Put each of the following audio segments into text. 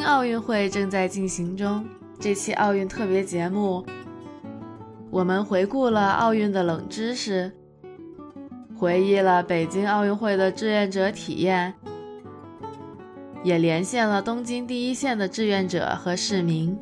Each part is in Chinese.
京奥运会正在进行中，这期奥运特别节目，我们回顾了奥运的冷知识，回忆了北京奥运会的志愿者体验，也连线了东京第一线的志愿者和市民。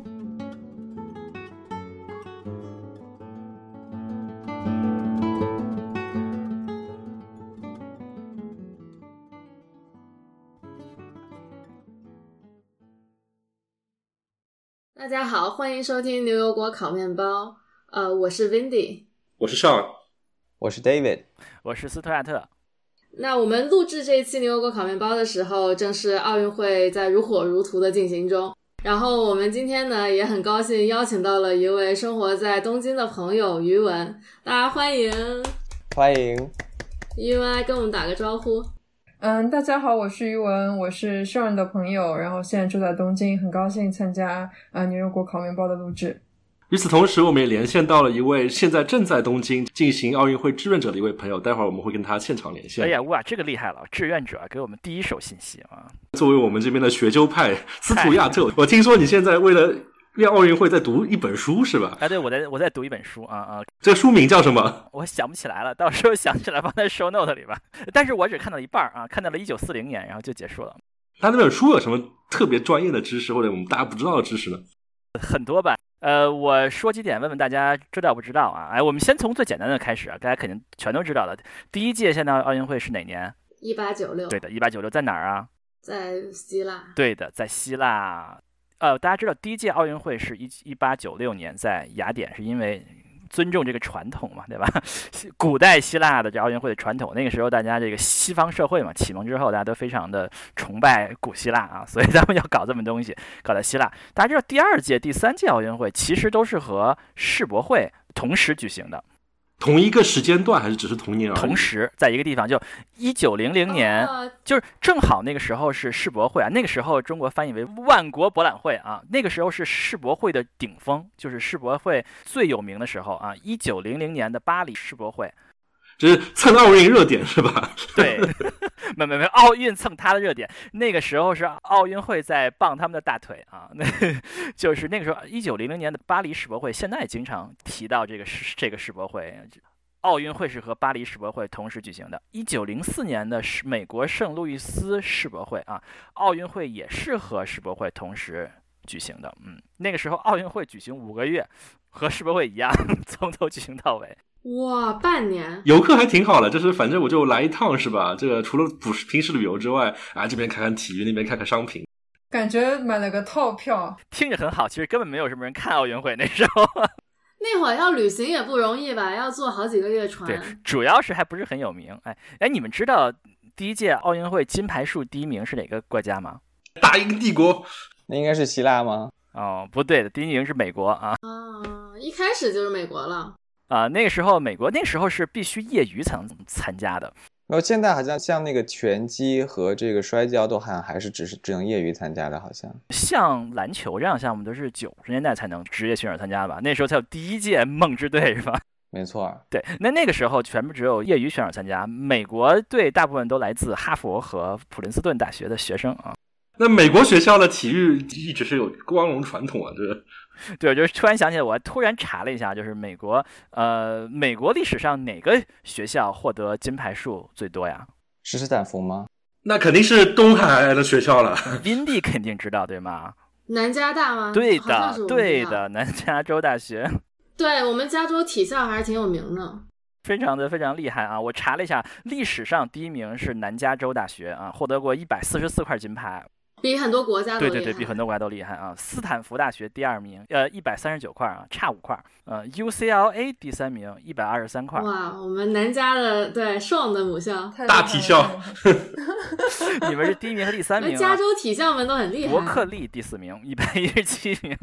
大家好，欢迎收听牛油果烤面包。我是 Windy， 我是 Sean， 我是 David， 我是斯图亚特。 那我们录制这一期牛油果烤面包的时候，正是奥运会在如火如荼的进行中。然后我们今天呢，也很高兴邀请到了一位生活在东京的朋友于文，大家欢迎。 欢迎。 于文来跟我们打个招呼。 大家好，我是于文，我是 Sean 的朋友，然后现在住在东京，很高兴参加牛油果烤面包的录制。 与此同时，我们也连线到了一位现在正在东京进行奥运会志愿者的一位朋友，待会儿我们会跟他现场连线。 哎呀，哇，这个厉害了，志愿者给我们第一手信息啊！ 作为我们这边的学究派斯图亚特，我听说你现在为了奥运会在读一本书是吧？ 哎，对，我在读一本书啊。 这个书名叫什么？ 我想不起来了，到时候想起来放在 show note 里吧。但是我只看到一半啊，看到了1940年，然后就结束了。 他那本书有什么特别专业的知识，或者我们大家不知道的知识呢？ 很多吧。我说几点，问问大家知道不知道啊？哎，我们先从最简单的开始啊，大家肯定全都知道了。第一届现代奥运会是哪年 ？1896。 对的，1896在哪儿啊？ 在希腊。 对的，在希腊。大家知道第一届奥运会是1896年在雅典，是因为尊重这个传统嘛，对吧？古代希腊的这奥运会的传统，那个时候大家这个西方社会嘛启蒙之后，大家都非常的崇拜古希腊啊，所以他们要搞这么东西，搞在希腊。大家知道第二届、第三届奥运会其实都是和世博会同时举行的。 同一个时间段还是只是同年而已？ 同时在一个地方，就1900年，就是正好那个时候是世博会啊，那个时候中国翻译为万国博览会啊，那个时候是世博会的顶峰，就是世博会最有名的时候啊，1900年的巴黎世博会。 这是蹭奥运热点是吧？ 对，没，奥运蹭他的热点。那个时候是奥运会在傍他们的大腿啊，就是那个时候1900年的巴黎世博会，现在经常提到这个世博会。奥运会是和巴黎世博会同时举行的。1904年的美国圣路易斯世博会啊，奥运会也是和世博会同时举行的。那个时候奥运会举行5个月，和世博会一样，从头举行到尾。 哇，半年， 游客还挺好的，就是反正我就来一趟是吧？这个除了平时旅游之外啊，这边看看体育，那边看看商品， 感觉买了个套票， 听着很好，其实根本没有什么人看奥运会那时候。 那会儿要旅行也不容易吧，要坐好几个月船。 对，主要是还不是很有名。哎，你们知道第一届奥运会金牌数第一名是哪个国家吗？ 大英帝国。 那应该是希腊吗？ 哦，不对的，第一名是美国啊。 一开始就是美国了。 那个时候美国那时候是必须业余才能参加的。 然后现在好像那个拳击和这个摔跤都还是只能业余参加的，好像篮球这样项目都是90年代才能职业选手参加的吧？那时候才有第一届梦之队是吧？ 没错。 对，那个时候全部只有业余选手参加，美国队大部分都来自哈佛和普林斯顿大学的学生啊。 那美国学校的体育一直是有光荣传统啊， 对，我就突然想起来，我突然查了一下，就是美国历史上哪个学校获得金牌数最多呀？ 是斯坦福吗？ 那肯定是东海岸的学校了。 Windy 肯定知道对吗？ 南加大吗？ 对的，南加州大学。 对，我们加州体校还是挺有名的。 非常厉害啊！我查了一下，历史上第一名是南加州大学啊，获得过144块金牌。 比很多国家都厉害。 对，比很多国家都厉害啊！斯坦福大学第2名，139块啊，差5块。UCLA 第3名，123块。 哇，我们南加的对Sean的母校， 大体校。 你们是第1名和第3名。 加州体校们都很厉害。 伯克利第4名，117名。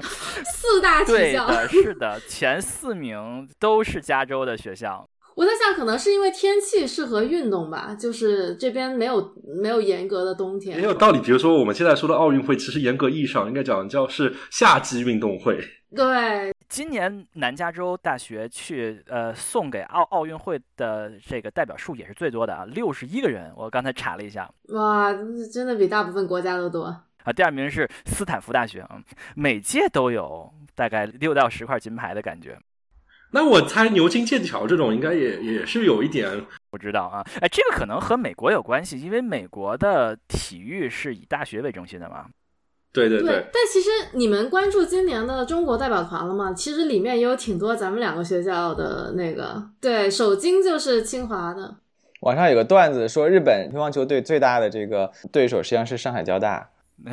4大体校。 对的，是的，前4名都是加州的学校。 我在想可能是因为天气适合运动吧，就是这边没有严格的冬天。 也有道理，比如说我们现在说的奥运会其实严格意义上应该讲叫是夏季运动会。 对， 今年南加州大学去送给奥运会的这个代表数也是最多的啊，61个人，我刚才查了一下。 哇，真的比大部分国家都多。 啊，第2名是斯坦福大学啊，每届都有大概6到10块金牌的感觉。 那我猜牛津、剑桥这种应该也是有一点， 不知道啊。哎，这个可能和美国有关系，因为美国的体育是以大学为中心的嘛。 对， 但其实你们关注今年的中国代表团了吗？其实里面也有挺多咱们2个学校的那个，对，首金就是清华的。 网上有个段子说，日本乒乓球队最大的这个对手实际上是上海交大。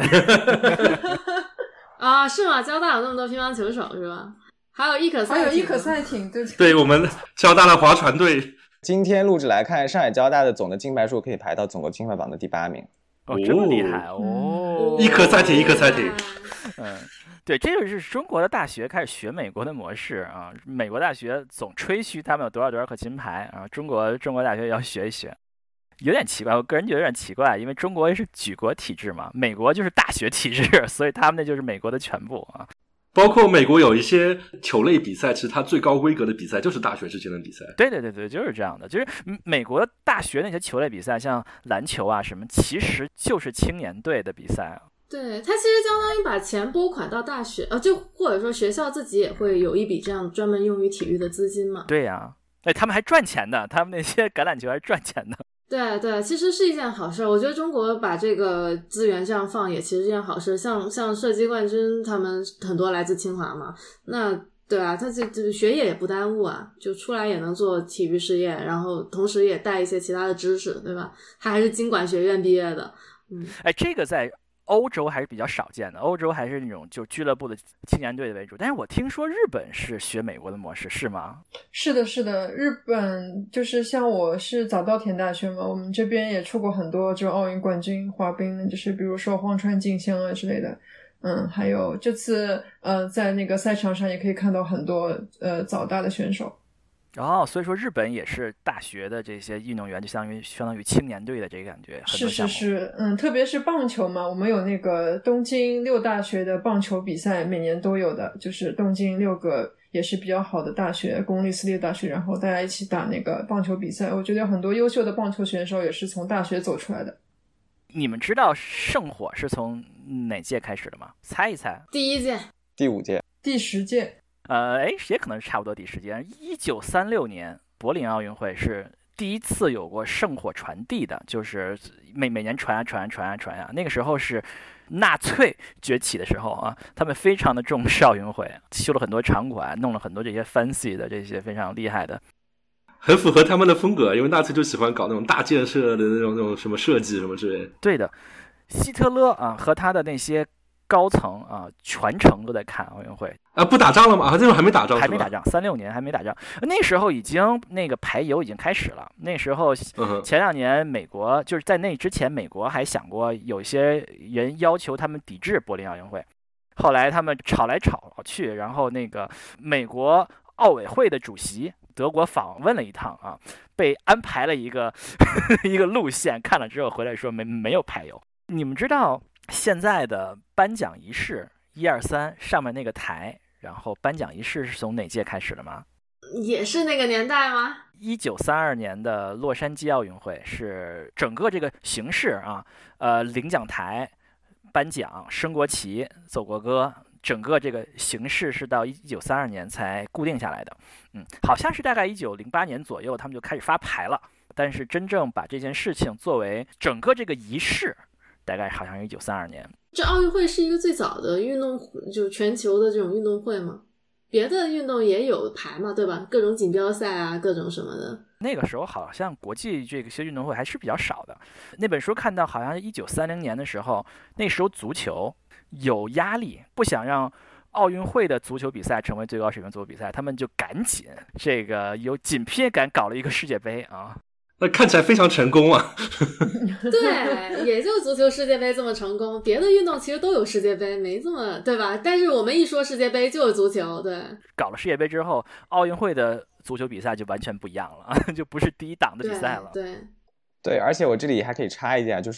啊，是吗？交大有那么多乒乓球手是吧？还有伊可赛艇， 对，我们交大的划船队。 今天录制来看，上海交大的总的金牌数可以排到总的金牌榜的第8名。 哦，这么厉害哦！ 一颗赛艇，一颗赛艇。 对，这就是中国的大学开始学美国的模式啊。美国大学总吹嘘他们有多少颗金牌啊，中国大学要学一学。有点奇怪，我个人觉得有点奇怪，因为中国是举国体制嘛，美国就是大学体制，所以他们那就是美国的全部啊。 包括美国有一些球类比赛，其实它最高规格的比赛就是大学之间的比赛。 对，就是这样的。就是美国大学那些球类比赛，像篮球啊什么，其实就是青年队的比赛啊。 对，它其实相当于把钱拨款到大学，就或者说学校自己也会有一笔这样专门用于体育的资金嘛。 对呀，他们还赚钱的，他们那些橄榄球还赚钱的。 对，其实是一件好事。我觉得中国把这个资源这样放也其实是一件好事。像射击冠军他们很多来自清华嘛，那对啊，他这学业也不耽误啊，就出来也能做体育事业，然后同时也带一些其他的知识，对吧？他还是经管学院毕业的。 这个在欧洲还是比较少见的，欧洲还是那种就俱乐部的青年队的为主，但是我听说日本是学美国的模式，是吗？ 是的，日本就是像我是早稻田大学嘛，我们这边也出过很多这种奥运冠军滑冰，就是比如说荒川静香啊之类的。还有这次在那个赛场上也可以看到很多早大的选手。 所以说日本也是大学的这些运动员就相当于青年队的这个感觉。 是，特别是棒球嘛，我们有那个东京6大学的棒球比赛，每年都有的，就是东京6个也是比较好的大学，公立私立大学，然后大家一起打那个棒球比赛。我觉得有很多优秀的棒球选手也是从大学走出来的。 你们知道圣火是从哪届开始的吗？猜一猜。 第1届、 第5届、 第10届。 也可能是差不多第10届。1936年柏林奥运会是第一次有过圣火传递的，就是每年传啊。那个时候是纳粹崛起的时候啊，他们非常的重视奥运会，修了很多场馆，弄了很多这些 fancy 的这些非常厉害的。 很符合他们的风格，因为纳粹就喜欢搞那种大建设的那种什么设计什么之类的。 对的，希特勒啊和他的那些高层啊全程都在看奥运会啊。不打仗了吗？这会儿还没打仗， 还没打仗，36年还没打仗。那时候已经那个排油已经开始了。那时候前2年美国就是在那之前，美国还想过有些人要求他们抵制柏林奥运会，后来他们吵来吵去，然后那个美国奥委会的主席德国访问了一趟啊，被安排了一个一个路线，看了之后回来说没有排油。你们知道现在的颁奖仪式1、2、3上面那个台，然后颁奖仪式是从哪届开始的吗？ 也是那个年代吗 ？1932年的洛杉矶奥运会是整个这个形式啊，领奖台、颁奖、升国旗、奏国歌。整个这个形式是到1932年才固定下来的，好像是大概1908年左右他们就开始发牌了，但是真正把这件事情作为整个这个仪式，大概好像是1932年。 这奥运会是一个最早的运动，就全球的这种运动会吗？别的运动也有牌嘛，对吧？各种锦标赛啊，各种什么的。 那个时候好像国际这些运动会还是比较少的。那本书看到好像1930年的时候，那时候足球有压力，不想让奥运会的足球比赛成为最高水平足球比赛，他们就赶紧这个有紧迫感搞了一个世界杯啊。 那看起来非常成功啊。 对，也就足球世界杯这么成功，别的运动其实都有世界杯，没这么对吧？但是我们一说世界杯就是足球。对， 搞了世界杯之后，奥运会的足球比赛就完全不一样了，就不是第一档的比赛了。 对，而且我这里还可以插一下，就是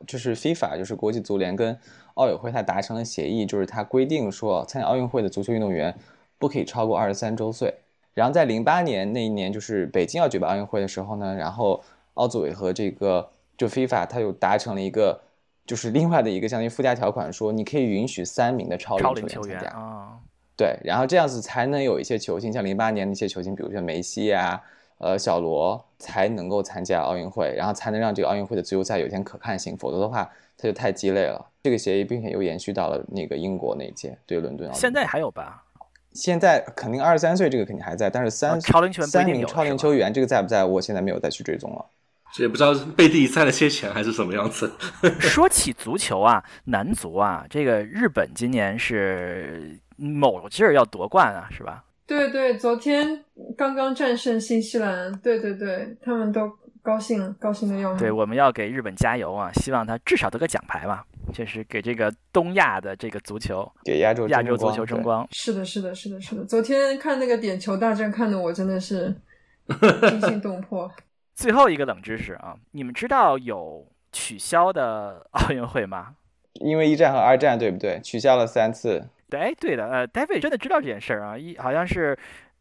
FIFA 就是国际足联跟奥委会它达成了协议，就是它规定说参加奥运会的足球运动员不可以超过23周岁。然后在08年那一年，就是北京要举办奥运会的时候呢，然后奥组委和这个就 FIFA 它又达成了一个就是另外的一个相当于附加条款，说你可以允许3名的超龄球员参加啊。 对，然后这样子才能有一些球星，像08年的一些球星，比如说梅西啊、小罗，才能够参加奥运会，然后才能让这个奥运会的足球赛有一点可看性，否则的话它就太鸡肋了。这个协议并且又延续到了那个英国那一届，对伦敦奥运会。 现在还有吧？ 现在肯定23岁这个肯定还在，但是超龄球员不一定有 3名超龄球员这个在不在，我现在没有再去追踪了。 这也不知道背地里塞了些钱还是什么样子。 说起足球啊，男足啊，这个日本今年是某劲儿要夺冠啊，是吧？ 对对，昨天刚刚战胜新西兰，对对对，他们都高兴的要命。 对，我们要给日本加油啊！希望他至少得个奖牌吧，就是给这个东亚的这个足球， 给亚洲足球争光。 是的。昨天看那个点球大战，看得我真的是惊心动魄。 最后一个冷知识啊，你们知道有取消的奥运会吗？ 因为1战和2战，对不对？取消了3次。 对的，David 真的知道这件事儿啊，好像是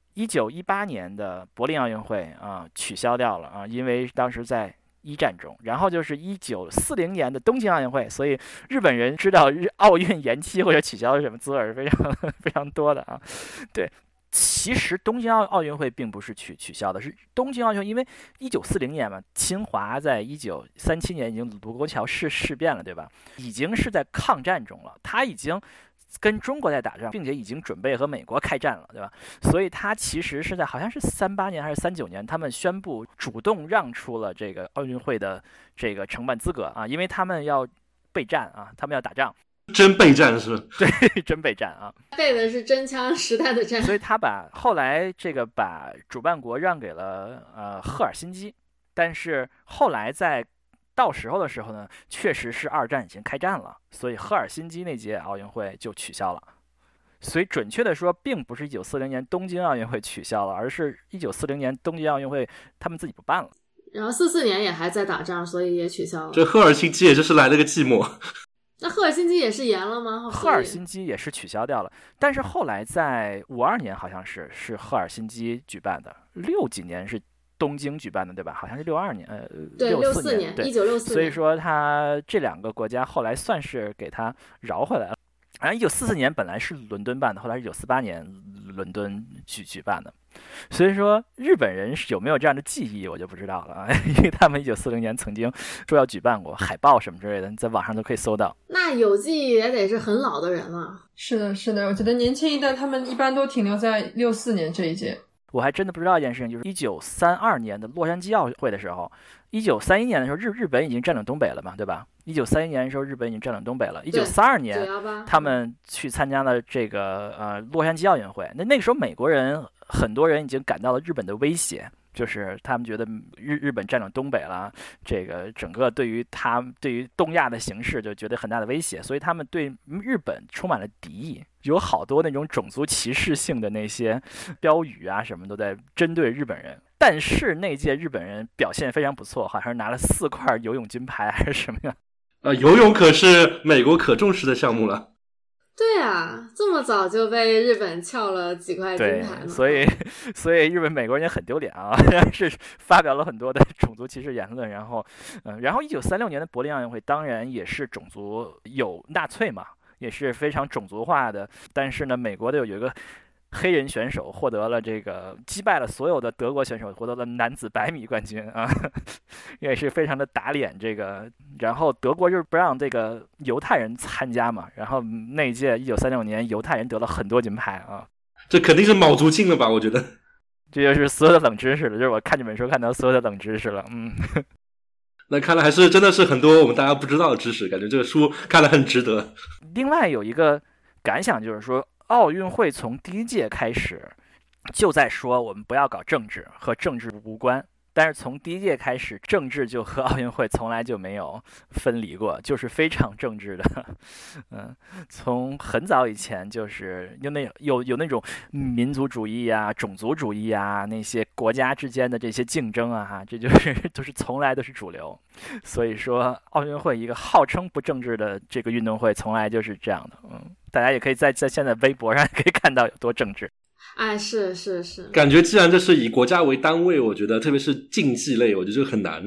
1918年的柏林奥运会啊取消掉了啊，因为当时在1战中，然后就是1940年的东京奥运会，所以日本人知道奥运延期或者取消是什么滋味是非常非常多的啊。对，其实东京奥运会并不是取消的，是东京奥运会，因为1940年嘛，侵华在1937年已经卢沟桥事变了，对吧？已经是在抗战中了，他已经跟中国在打仗，并且已经准备和美国开战了，对吧？所以他其实是在好像是38年还是39年，他们宣布主动让出了这个奥运会的这个承办资格啊，因为他们要备战啊，他们要打仗。 真备战是吧？ 对，真备战啊！ 备的是真枪实弹的战。 所以他后来这个把主办国让给了赫尔辛基，但是后来在到时候的时候呢，确实是2战已经开战了，所以赫尔辛基那届奥运会就取消了。所以准确的说，并不是1940年东京奥运会取消了，而是1940年东京奥运会他们自己不办了。 然后44年也还在打仗，所以也取消了。 这赫尔辛基也就是来了个寂寞。 那赫尔辛基也是延了吗？ 赫尔辛基也是取消掉了，但是后来在52年好像是赫尔辛基举办的，60几年是东京举办的，对吧？好像是62年， 对 64 年， 对 1964年。 所以说他这2个国家后来算是给他饶回来了。然后1944年本来是伦敦办的，后来是1948年伦敦举办的。所以说日本人有没有这样的记忆我就不知道了啊，因为他们1940年曾经说要举办过，海报什么之类的在网上都可以搜到。 那有记忆也得是很老的人了。 是的，我觉得年轻一代他们一般都停留在64年这一届。 我还真的不知道一件事情，就是1932年的洛杉矶奥运会的时候，1931年的时候日本已经占领东北了嘛，对吧？1931年的时候日本已经占领东北了。1932年他们去参加了这个洛杉矶奥运会。那个时候美国人很多人已经感到了日本的威胁，就是他们觉得日本占领东北了，这个整个对于东亚的形势就觉得很大的威胁，所以他们对日本充满了敌意，有好多那种种族歧视性的那些标语啊什么都在针对日本人。但是那届日本人表现非常不错，好像是拿了4块游泳金牌还是什么呀？ 游泳可是美国可重视的项目了。 对啊，这么早就被日本撬了几块金牌了。 对，所以日本美国人也很丢脸啊，是发表了很多的种族歧视言论。然后1936年的柏林奥运会当然也是种族有纳粹嘛，也是非常种族化的。但是呢，美国的有一个黑人选手获得了这个击败了所有的德国选手，获得了男子100米冠军啊，也是非常的打脸这个。然后德国就是不让这个犹太人参加嘛，然后那一届1936年犹太人得了很多金牌啊， 这肯定是卯足劲了吧？我觉得这就是所有的冷知识了，就是我看这本书看到所有的冷知识了。 那看来还是真的是很多我们大家不知道的知识，感觉这个书看了很值得。 另外有一个感想就是说，奥运会从第1届开始就在说我们不要搞政治，和政治无关。但是从第1届开始，政治就和奥运会从来就没有分离过，就是非常政治的。从很早以前就是有那种民族主义啊、种族主义啊，那些国家之间的这些竞争啊，这就是从来都是主流。所以说，奥运会一个号称不政治的这个运动会，从来就是这样的。大家也可以在现在微博上可以看到有多政治。 哎，是， 感觉既然这是以国家为单位，我觉得特别是竞技类，我觉得这个很难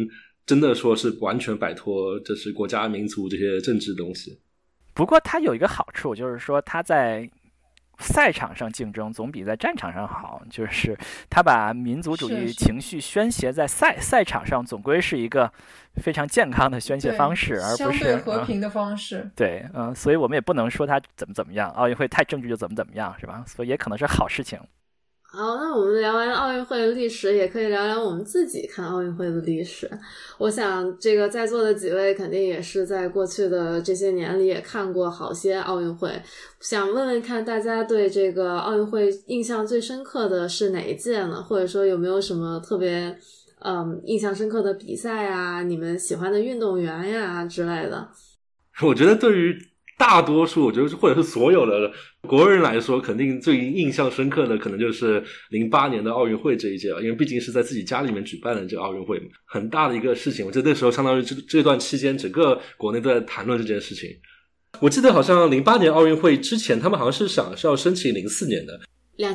真的说是完全摆脱这是国家民族这些政治东西。 不过它有一个好处，就是说它在赛场上竞争总比在战场上好，就是他把民族主义情绪宣泄在赛场上，总归是一个非常健康的宣泄方式，而不是相对和平的方式。 对，所以我们也不能说他怎么样，奥运会太政治就怎么样，是吧？所以也可能是好事情。 好，那我们聊完奥运会的历史，也可以聊聊我们自己看奥运会的历史。我想这个在座的几位肯定也是在过去的这些年里也看过好些奥运会，想问问看大家对这个奥运会印象最深刻的是哪一届呢？或者说有没有什么特别印象深刻的比赛啊，你们喜欢的运动员呀之类的？ 我觉得对于大多数，我觉得或者是所有的国人来说，肯定最印象深刻的可能就是08年的奥运会这一届了，因为毕竟是在自己家里面举办的这个奥运会嘛，很大的一个事情。我觉得那时候相当于这段期间整个国内都在谈论这件事情。我记得好像08年奥运会之前他们好像是想要申请04年的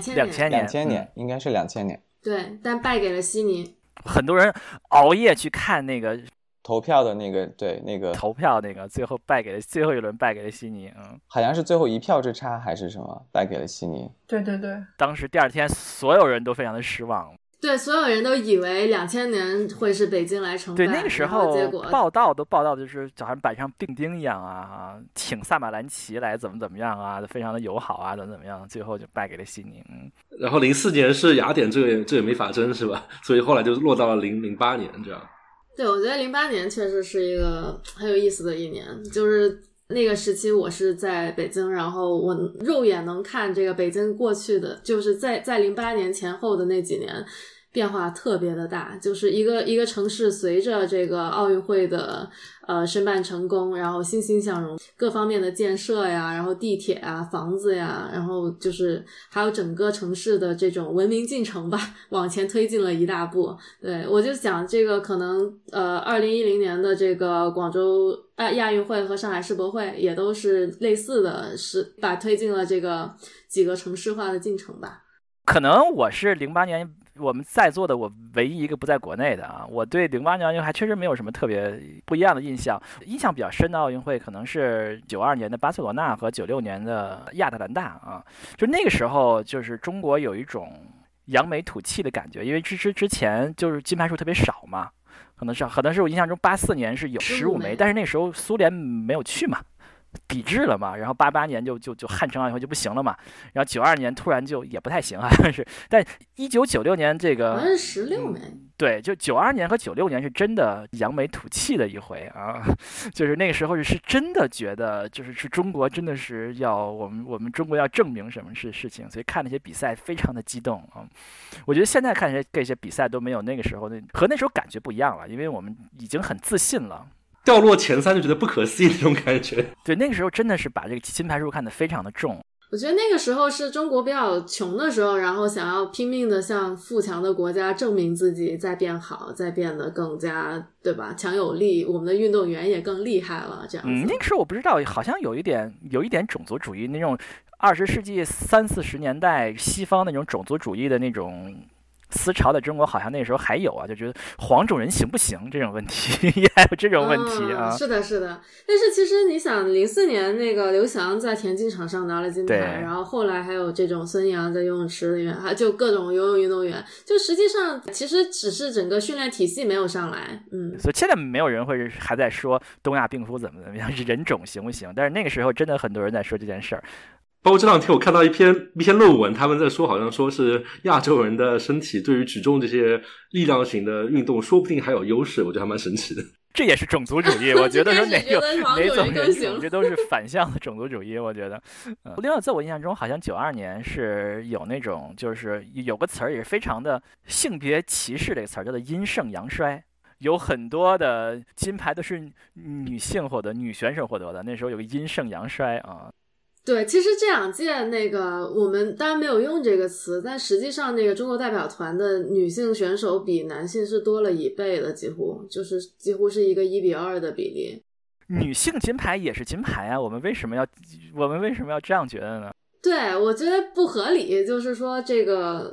2000 年应该是2000年， 对，但败给了悉尼。 很多人熬夜去看那个投票的那个，对，那个投票那个最后一轮败给了悉尼， 好像是最后1票之差还是什么败给了悉尼。 对对对， 当时第二天所有人都非常的失望。 对，所有人都以为2000年会是北京来承办。 对，那个时候结果报道的就是好像板上钉钉一样啊，请萨马兰奇来怎么样啊，非常的友好啊，怎么样，最后就败给了悉尼。 然后04年是雅典，这也没法争是吧？所以后来就落到了08年这样。 对，我觉得08年确实是一个很有意思的一年，就是那个时期我是在北京，然后我肉眼能看这个北京过去的，就是在08年前后的那几年变化特别的大，就是一个城市随着这个奥运会的申办成功，然后欣欣向荣，各方面的建设呀，然后地铁啊，房子呀，然后就是还有整个城市的这种文明进程吧，往前推进了一大步。对，我就想这个可能2010年的这个广州亚运会和上海世博会也都是类似的，是把推进了这个几个城市化的进程吧。 可能我是08年我们在座的我唯一一个不在国内的啊，我对08年奥运会还确实没有什么特别不一样的印象。印象比较深的奥运会可能是92年的巴塞罗那和96年的亚特兰大啊，就那个时候就是中国有一种扬眉吐气的感觉，因为之前就是金牌数特别少嘛，可能是我印象中84年是有15枚，但是那时候苏联没有去嘛，抵制了嘛，然后88年就汉城奥运会就不行了嘛，然后92年突然就也不太行，好像是，但1996年这个好像是16枚， 对，就92年和96年是真的扬眉吐气的一回啊，就是那个时候是真的觉得是中国真的是要我们中国要证明什么事情，所以看那些比赛非常的激动啊。我觉得现在看这些比赛都没有那个时候和那时候感觉不一样了，因为我们已经很自信了。 掉落前3就觉得不可思议那种感觉。 对，那个时候真的是把这个金牌数看得非常的重。 我觉得那个时候是中国比较穷的时候，然后想要拼命的向富强的国家证明自己再变好，再变得更加，对吧，强有力，我们的运动员也更厉害了这样子。 那个时候我不知道，好像有一点种族主义那种20世纪30、40年代西方那种种族主义的那种思潮在中国好像那时候还有啊，就觉得黄种人行不行这种问题，也还有这种问题啊。 是的，是的。但是其实你想，04年那个刘翔在田径场上拿了金牌，然后后来还有这种孙杨在游泳池里面，还就各种游泳运动员，就实际上其实只是整个训练体系没有上来。 所以现在没有人会还在说东亚病夫怎么样，人种行不行？但是那个时候真的很多人在说这件事儿。 包括这两天我看到一篇论文，他们在说好像说是亚洲人的身体对于举重这些力量型的运动说不定还有优势，我觉得还蛮神奇的。 这也是种族主义，我觉得说哪种人种这都是反向的种族主义，我觉得。另外在我印象中好像92年是有那种就是有个词儿也是非常的性别歧视的一个词儿，叫做阴盛阳衰，有很多的金牌都是女性获得，女选手获得的，那时候有个阴盛阳衰啊。 对，其实这2届那个我们当然没有用这个词，但实际上那个中国代表团的女性选手比男性是多了1倍的，几乎是一个1:2的比例。 女性金牌也是金牌啊，我们为什么要这样觉得呢？ 对，我觉得不合理，就是说这个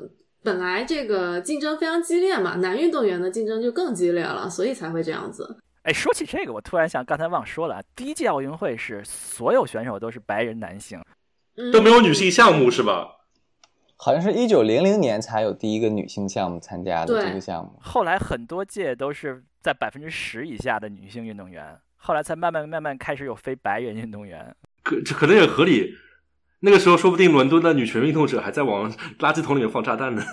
本来这个竞争非常激烈嘛，男运动员的竞争就更激烈了，所以才会这样子。 哎，说起这个，我突然想，刚才忘说了，第一届奥运会是所有选手都是白人男性， 都没有女性项目是吧？ 好像是1900年才有第一个女性项目参加的这个项目， 后来很多届都是在10%以下的女性运动员，后来才慢慢开始有非白人运动员。 可能也合理。那个时候说不定伦敦的女权运动者还在往垃圾桶里面放炸弹呢。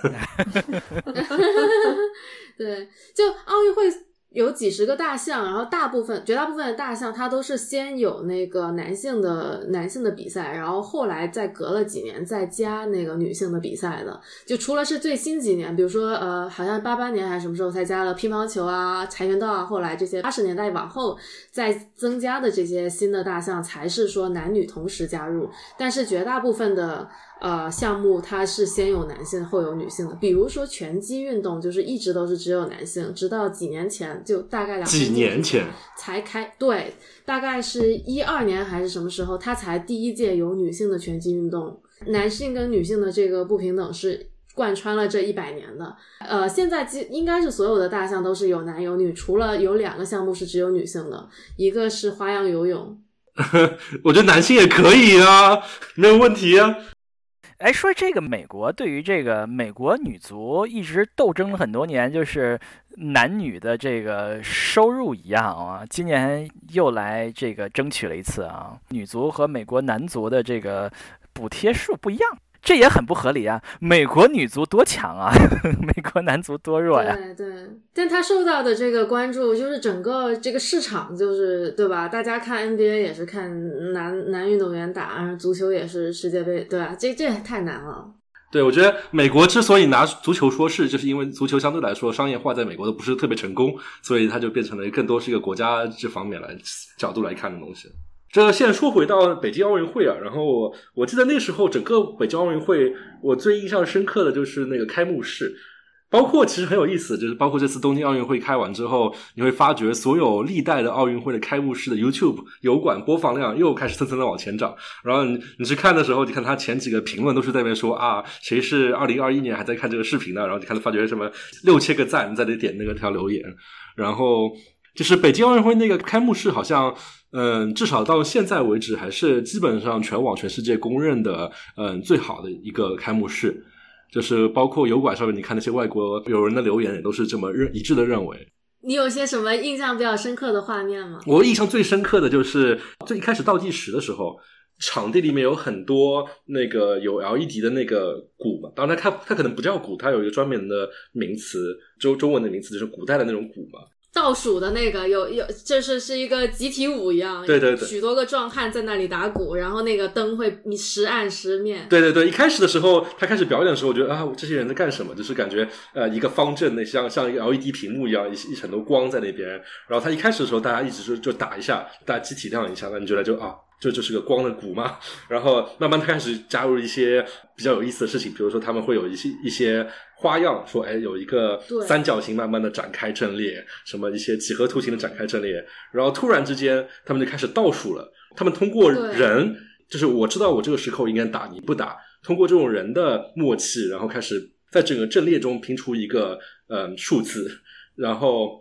对，就奥运会有几十个大项，然后绝大部分的大项它都是先有那个男性的比赛，然后后来再隔了几年再加那个女性的比赛的。就除了是最新几年，比如说好像88年还是什么时候才加了乒乓球啊、跆拳道啊，后来这些80年代往后再增加的这些新的大项才是说男女同时加入，但是绝大部分的项目它是先有男性后有女性的。比如说拳击运动就是一直都是只有男性，直到几年前，就大概几年前才对，大概是12年还是什么时候，它才第一届有女性的拳击运动。男性跟女性的这个不平等是贯穿了这100年的。现在应该是所有的大项都是有男有女，除了有2个项目是只有女性的，一个是花样游泳。 我觉得男性也可以啊，没有问题啊。 哎，说这个美国对于这个美国女足一直斗争了很多年，就是男女的这个收入一样啊，今年又来这个争取了一次啊，女足和美国男足的这个补贴数不一样。这也很不合理啊！美国女足多强啊，美国男足多弱呀。 对对，但他受到的这个关注，就是整个这个市场，就是对吧？大家看 NBA 也是看男运动员打，足球也是世界杯，对吧？这也太难了。 对，我觉得美国之所以拿足球说事，就是因为足球相对来说商业化在美国都不是特别成功，所以它就变成了更多是一个国家这方面角度来看的东西。这现在说回到北京奥运会啊，然后我记得那时候整个北京奥运会，我最印象深刻的就是那个开幕式，包括其实很有意思，就是包括这次东京奥运会开完之后，你会发觉所有历代的奥运会的开幕式的 YouTube 油管播放量又开始蹭蹭的往前涨，然后你去看的时候，你看他前几个评论都是在那边说啊，谁是2021年还在看这个视频呢？然后你看发觉什么6000个赞在那点那个条留言，然后就是北京奥运会那个开幕式好像至少到现在为止还是基本上全网全世界公认的最好的一个开幕式，就是包括油管上面你看那些外国有人的留言也都是这么一致的认为。 你有些什么印象比较深刻的画面吗？ 我印象最深刻的就是最一开始倒计时的时候，场地里面有很多那个有 LED 的那个鼓嘛，当然它可能不叫鼓，它有一个专门的名词，中文的名词就是古代的那种鼓嘛。 倒数的那个有，就是一个集体舞一样， 对对对， 许多个壮汉在那里打鼓，然后那个灯会时暗时灭。 对对对，一开始的时候他开始表演的时候，我觉得啊，这些人在干什么？就是感觉一个方阵的像一个 LED 屏幕一样，一很多光在那边。然后他一开始的时候，大家一直就打一下，大家集体亮一下，那你觉得就啊，这就是个光的鼓嘛。然后慢慢他开始加入一些比较有意思的事情，比如说他们会有一些花样，说哎有一个三角形慢慢的展开阵列，什么一些几何图形的展开阵列，然后突然之间他们就开始倒数了。他们通过人，就是我知道我这个时候应该打，你不打，通过这种人的默契，然后开始在整个阵列中拼出一个数字，然后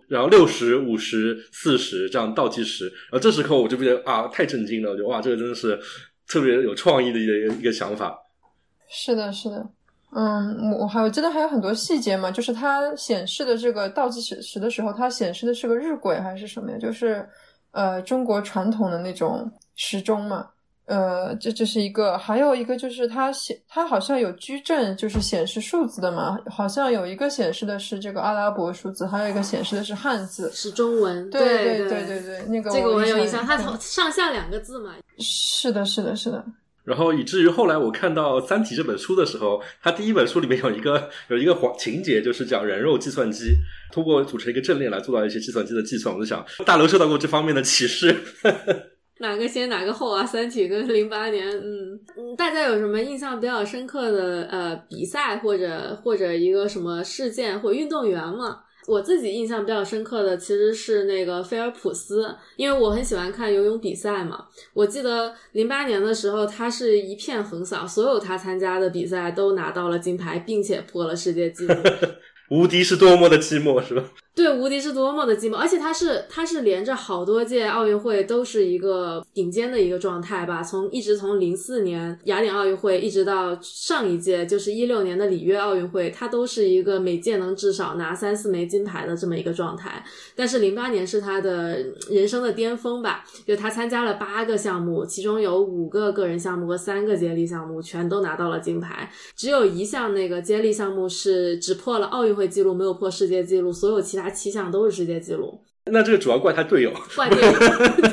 60、50、40这样倒计时。然后这时候我就觉得啊太震惊了，我觉得哇这个真的是特别有创意的一个想法。 是的是的。我记得还有很多细节嘛，就是它显示的这个倒计时的时候，它显示的是个日晷还是什么呀？就是中国传统的那种时钟嘛。这是一个，还有一个就是它好像有矩阵，就是显示数字的嘛，好像有一个显示的是这个阿拉伯数字，还有一个显示的是汉字， 是中文。 对，那个这个我很有印象，它上下2个字嘛。 是的。 然后以至于后来我看到《三体》这本书的时候，它第一本书里面有一个情节，就是讲人肉计算机通过组成一个阵列来做到一些计算机的计算。我就想大刘受到过这方面的启示。 哪个先哪个后啊？三体跟08年，大家有什么印象比较深刻的比赛或者一个什么事件或运动员吗？ 我自己印象比较深刻的其实是那个菲尔普斯，因为我很喜欢看游泳比赛嘛。我记得08年的时候他是一片横扫，所有他参加的比赛都拿到了金牌，并且破了世界纪录。 无敌是多么的寂寞，是吧？ 对，无敌是多么的寂寞，而且他是连着好多届奥运会都是一个顶尖的一个状态吧，一直从04年雅典奥运会一直到上一届就是16年的里约奥运会，他都是一个每届能至少拿3-4枚金牌的这么一个状态。但是08年是他的人生的巅峰吧，就他参加了8个项目，其中有5个个人项目和3个接力项目全都拿到了金牌，只有一项那个接力项目是只破了奥运会纪录，没有破世界纪录，所有其他7项都是世界纪录。 那这个主要怪他队友， 怪队友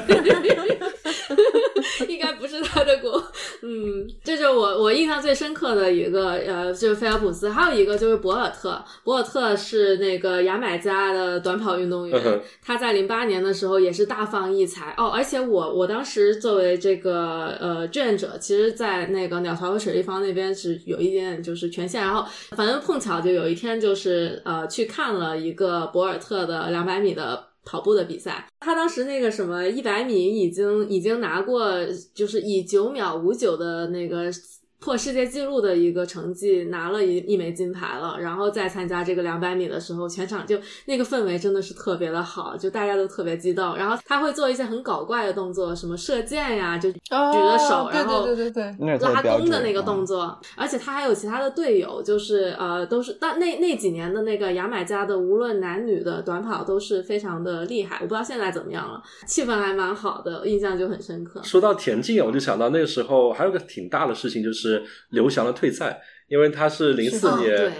应该不是他的锅。这就是我印象最深刻的一个就是菲尔普斯，还有一个就是博尔特是那个牙买加的短跑运动员，他在08年的时候也是大放异彩而且我当时作为这个志愿者，其实在那个鸟巢和水立方那边是有一点就是权限，然后反正碰巧就有一天就是去看了一个博尔特的200米的跑步的比赛，他当时那个什么100米已经拿过，就是以9秒59的那个破世界纪录的一个成绩拿了一枚金牌了，然后再参加这个200米的时候，全场就那个氛围真的是特别的好，就大家都特别激动，然后他会做一些很搞怪的动作，什么射箭呀，就举着手，然后拉弓的那个动作，而且他还有其他的队友，就是都是那几年的那个牙买加的无论男女的短跑都是非常的厉害，我不知道现在怎么样了，气氛还蛮好的，印象就很深刻。 说到田径我就想到那个时候还有个挺大的事情，就是刘翔的退赛，因为他是04年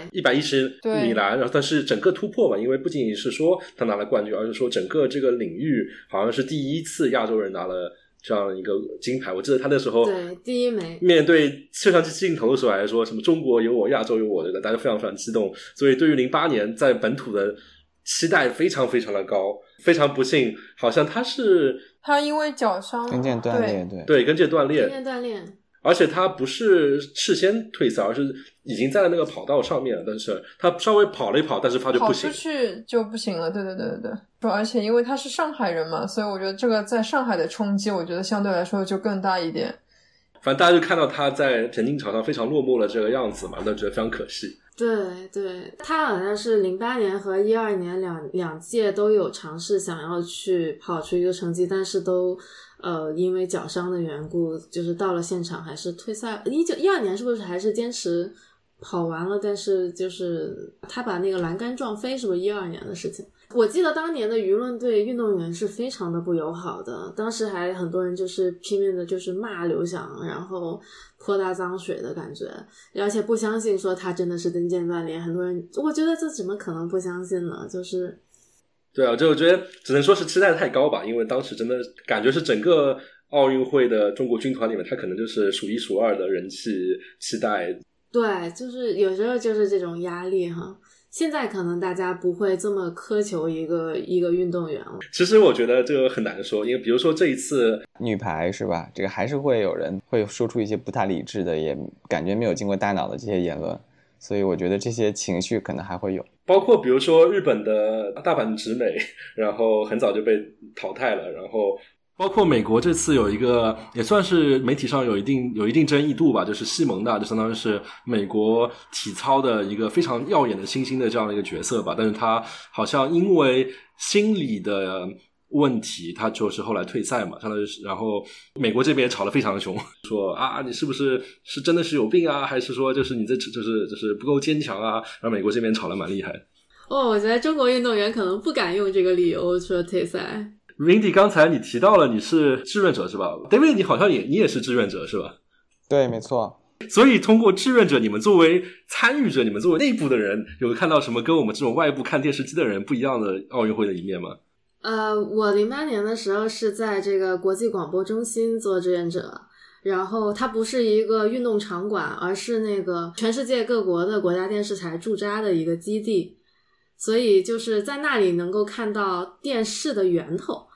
110米栏，然后但是整个突破嘛，因为不仅仅是说他拿了冠军，而是说整个这个领域好像是第一次亚洲人拿了这样一个金牌。我记得他那时候对第一枚面对摄像机镜头的时候还说什么中国有我，亚洲有我，大家非常非常激动，所以对于08年在本土的期待非常非常的高。非常不幸，好像他因为脚伤跟腱断裂， 对跟腱断裂，而且他不是事先退赛，而是已经在了那个跑道上面，但是他稍微跑了一跑，但是发觉不行， 跑出去就不行了。对，而且因为他是上海人嘛，所以我觉得这个在上海的冲击，我觉得相对来说就更大一点。 反正大家就看到他在田径场上非常落寞的这个样子嘛，都觉得非常可惜。 对，他好像是08年和12年两届都有尝试想要去跑出一个成绩，但是都因为脚伤的缘故，就是到了现场还是退赛。12年是不是还是坚持跑完了，但是就是他把那个栏杆撞飞，是不是12年的事情？我记得当年的舆论对运动员是非常的不友好的，当时还很多人就是拼命的就是骂刘翔，然后泼他脏水的感觉，而且不相信说他真的是跟腱断裂，很多人我觉得这怎么可能不相信呢？就是对啊，就我觉得只能说是期待太高吧，因为当时真的感觉是整个奥运会的中国军团里面他可能就是数1数2的人气期待。 对，就是有时候就是这种压力哈。现在可能大家不会这么苛求一个运动员了。 其实我觉得这个很难说，因为比如说这一次女排是吧，这个还是会有人会说出一些不太理智的，也感觉没有经过大脑的这些言论，所以我觉得这些情绪可能还会有。 包括比如说日本的大阪直美，然后很早就被淘汰了，然后包括美国这次有一个也算是媒体上有一定争议度吧，就是西蒙娜，就相当于是美国体操的一个非常耀眼的新兴的这样的一个角色吧，但是他好像因为心理的问题，他就是后来退赛嘛，相当于是，然后美国这边也吵得非常凶，说啊你是不是真的是有病啊，还是说就是你这就是不够坚强啊，然后美国这边吵得蛮厉害。 我觉得中国运动员可能不敢用这个理由说退赛。 Windy 刚才你提到了你是志愿者是吧？ David 你好像你也是志愿者是吧？ 对，没错。 所以通过志愿者，你们作为参与者，你们作为内部的人，有看到什么跟我们这种外部看电视机的人不一样的奥运会的一面吗？ 我08年的时候是在这个国际广播中心做志愿者，然后它不是一个运动场馆，而是那个全世界各国的国家电视台驻扎的一个基地，所以就是在那里能够看到电视的源头。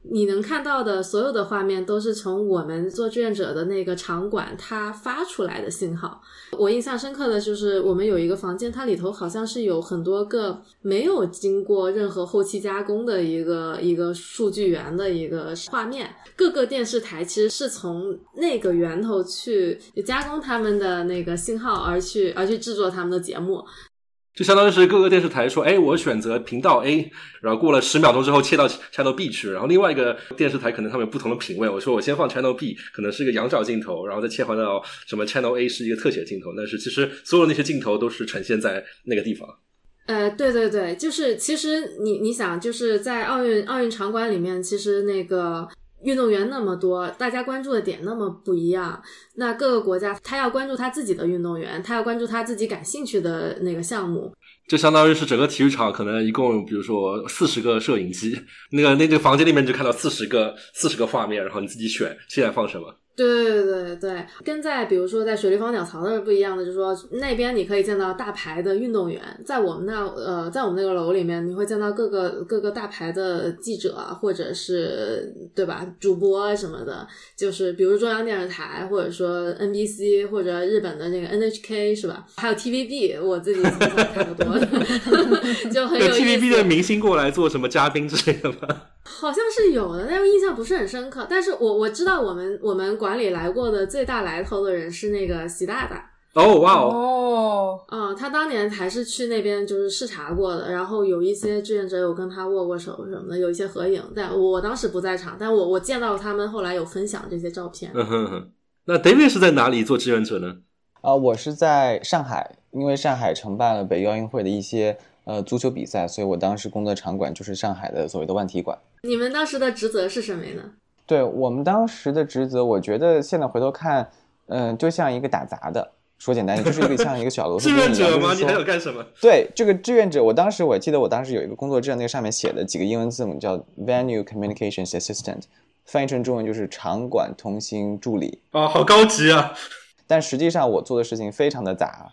你能看到的所有的画面都是从我们做志愿者的那个场馆它发出来的信号。我印象深刻的就是我们有一个房间，它里头好像是有很多个没有经过任何后期加工的一个数据源的一个画面，各个电视台其实是从那个源头去加工他们的那个信号而去制作他们的节目。 就相当于是各个电视台说，我选择频道 A， 然后过了10秒钟之后切到 Channel B 去，然后另外一个电视台可能他们有不同的品味，我说我先放 Channel B， 可能是一个仰角镜头，然后再切换到什么 Channel A 是一个特写镜头，但是其实所有那些镜头都是呈现在那个地方。 对对对，就是其实你想，就是在奥运场馆里面，其实那个运动员那么多，大家关注的点那么不一样，那各个国家他要关注他自己的运动员，他要关注他自己感兴趣的那个项目， 就相当于是整个体育场可能一共比如说40个摄影机，那个房间里面就看到40个画面，然后你自己选现在放什么。 对对对对，跟在比如说在水立方鸟巢的不一样的，就是说那边你可以见到大牌的运动员，在我们那个楼里面，你会见到各个大牌的记者或者是对吧主播什么的，就是比如中央电视台或者说 NBC 或者日本的那个 NHK 是吧？还有 TVB， 我自己从小看得多的，就很有意思。 TVB 的明星过来做什么嘉宾之类的吗？ 好像是有的，但是印象不是很深刻。但是我知道我们馆里来过的最大来头的人是那个习大大。 哦，哇哦， 他当年还是去那边就是视察过的，然后有一些志愿者有跟他握手什么的，有一些合影，但我当时不在场，但我见到他们后来有分享这些照片。 那 David 是在哪里做志愿者呢？ 我是在上海，因为上海承办了北京奥运会的一些足球比赛，所以我当时工作场馆就是上海的所谓的万体馆。 你们当时的职责是什么呢？ 对，我们当时的职责，我觉得现在回头看，就像一个打杂的，说简单点，就是像一个小螺丝钉一样。 志愿者吗？你还有干什么？ 对，这个志愿者，我记得我当时有一个工作证，那个上面写的几个英文字母叫 Venue Communications Assistant， 翻译成中文就是场馆通信助理。 哦，好高级啊！ 但实际上我做的事情非常的杂，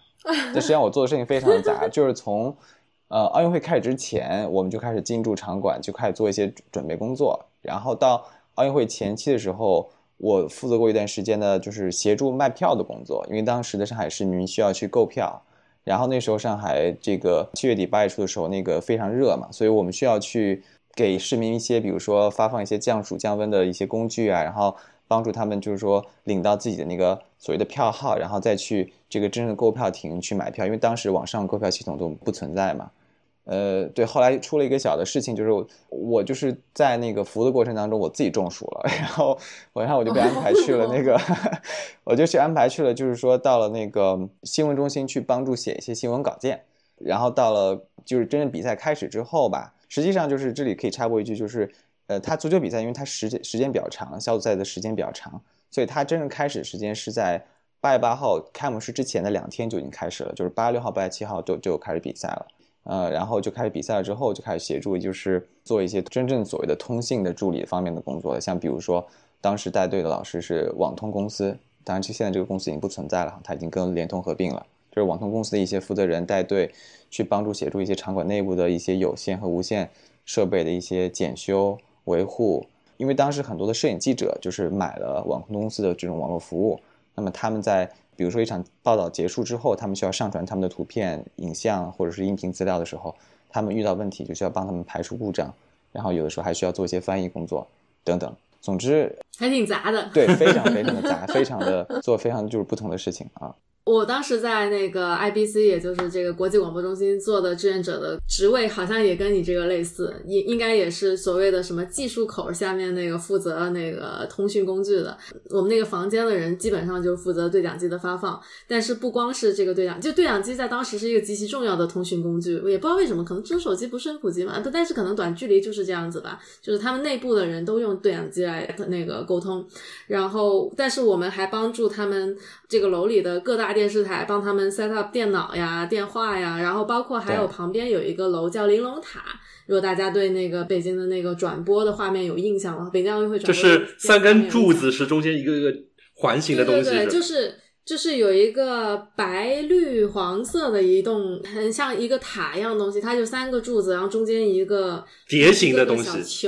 就是从奥运会开始之前，我们就开始进驻场馆，就开始做一些准备工作，然后到奥运会前期的时候，我负责过一段时间的就是协助卖票的工作，因为当时的上海市民需要去购票，然后那时候上海这个7月底8月初的时候那个非常热嘛，所以我们需要去给市民一些比如说发放一些降暑降温的一些工具啊，然后帮助他们就是说领到自己的那个所谓的票号，然后再去这个真正的购票亭去买票，因为当时网上购票系统都不存在嘛。对，后来出了一个小的事情，就是我就是在那个服务的过程当中，我自己中暑了，然后我就被安排去了那个，我就去安排去了，就是说到了那个新闻中心去帮助写一些新闻稿件，然后到了就是真正比赛开始之后吧，实际上就是这里可以插播一句，就是它足球比赛因为它时间比较长，小组赛的时间比较长，所以它真正开始时间是在8月8号开幕式之前的2天就已经开始了，就是8月6号8月7号就开始比赛了。然后就开始比赛了之后就开始协助，就是做一些真正所谓的通信的助理方面的工作，像比如说当时带队的老师是网通公司，当然现在这个公司已经不存在了，它已经跟联通合并了，就是网通公司的一些负责人带队去帮助协助一些场馆内部的一些有线和无线设备的一些检修维护，因为当时很多的摄影记者就是买了网通公司的这种网络服务，那么他们在比如说一场报道结束之后，他们需要上传他们的图片、影像或者是音频资料的时候，他们遇到问题就需要帮他们排除故障，然后有的时候还需要做一些翻译工作等等。总之还挺杂的。 对，非常非常的杂，非常的做非常就是不同的事情啊。 我当时在那个 IBC， 也就是这个国际广播中心做的志愿者的职位，好像也跟你这个类似，应该也是所谓的什么技术口下面那个负责那个通讯工具的。我们那个房间的人基本上就负责对讲机的发放，但是不光是这个对讲机在当时是一个极其重要的通讯工具，我也不知道为什么，可能智能手机不是很普及嘛，但是可能短距离就是这样子吧，就是他们内部的人都用对讲机来那个沟通，然后但是我们还帮助他们这个楼里的各大电视台帮他们 set up 电脑呀、电话呀，然后包括还有旁边有一个楼叫玲珑塔，如果大家对那个北京的那个转播的画面有印象了，北京奥运会转播就是3根柱子是中间一个一个环形的东西， 对对对，就是有一个白绿黄色的一栋很像一个塔一样的东西，它就3个柱子，然后中间一个蝶形的东西， 小球。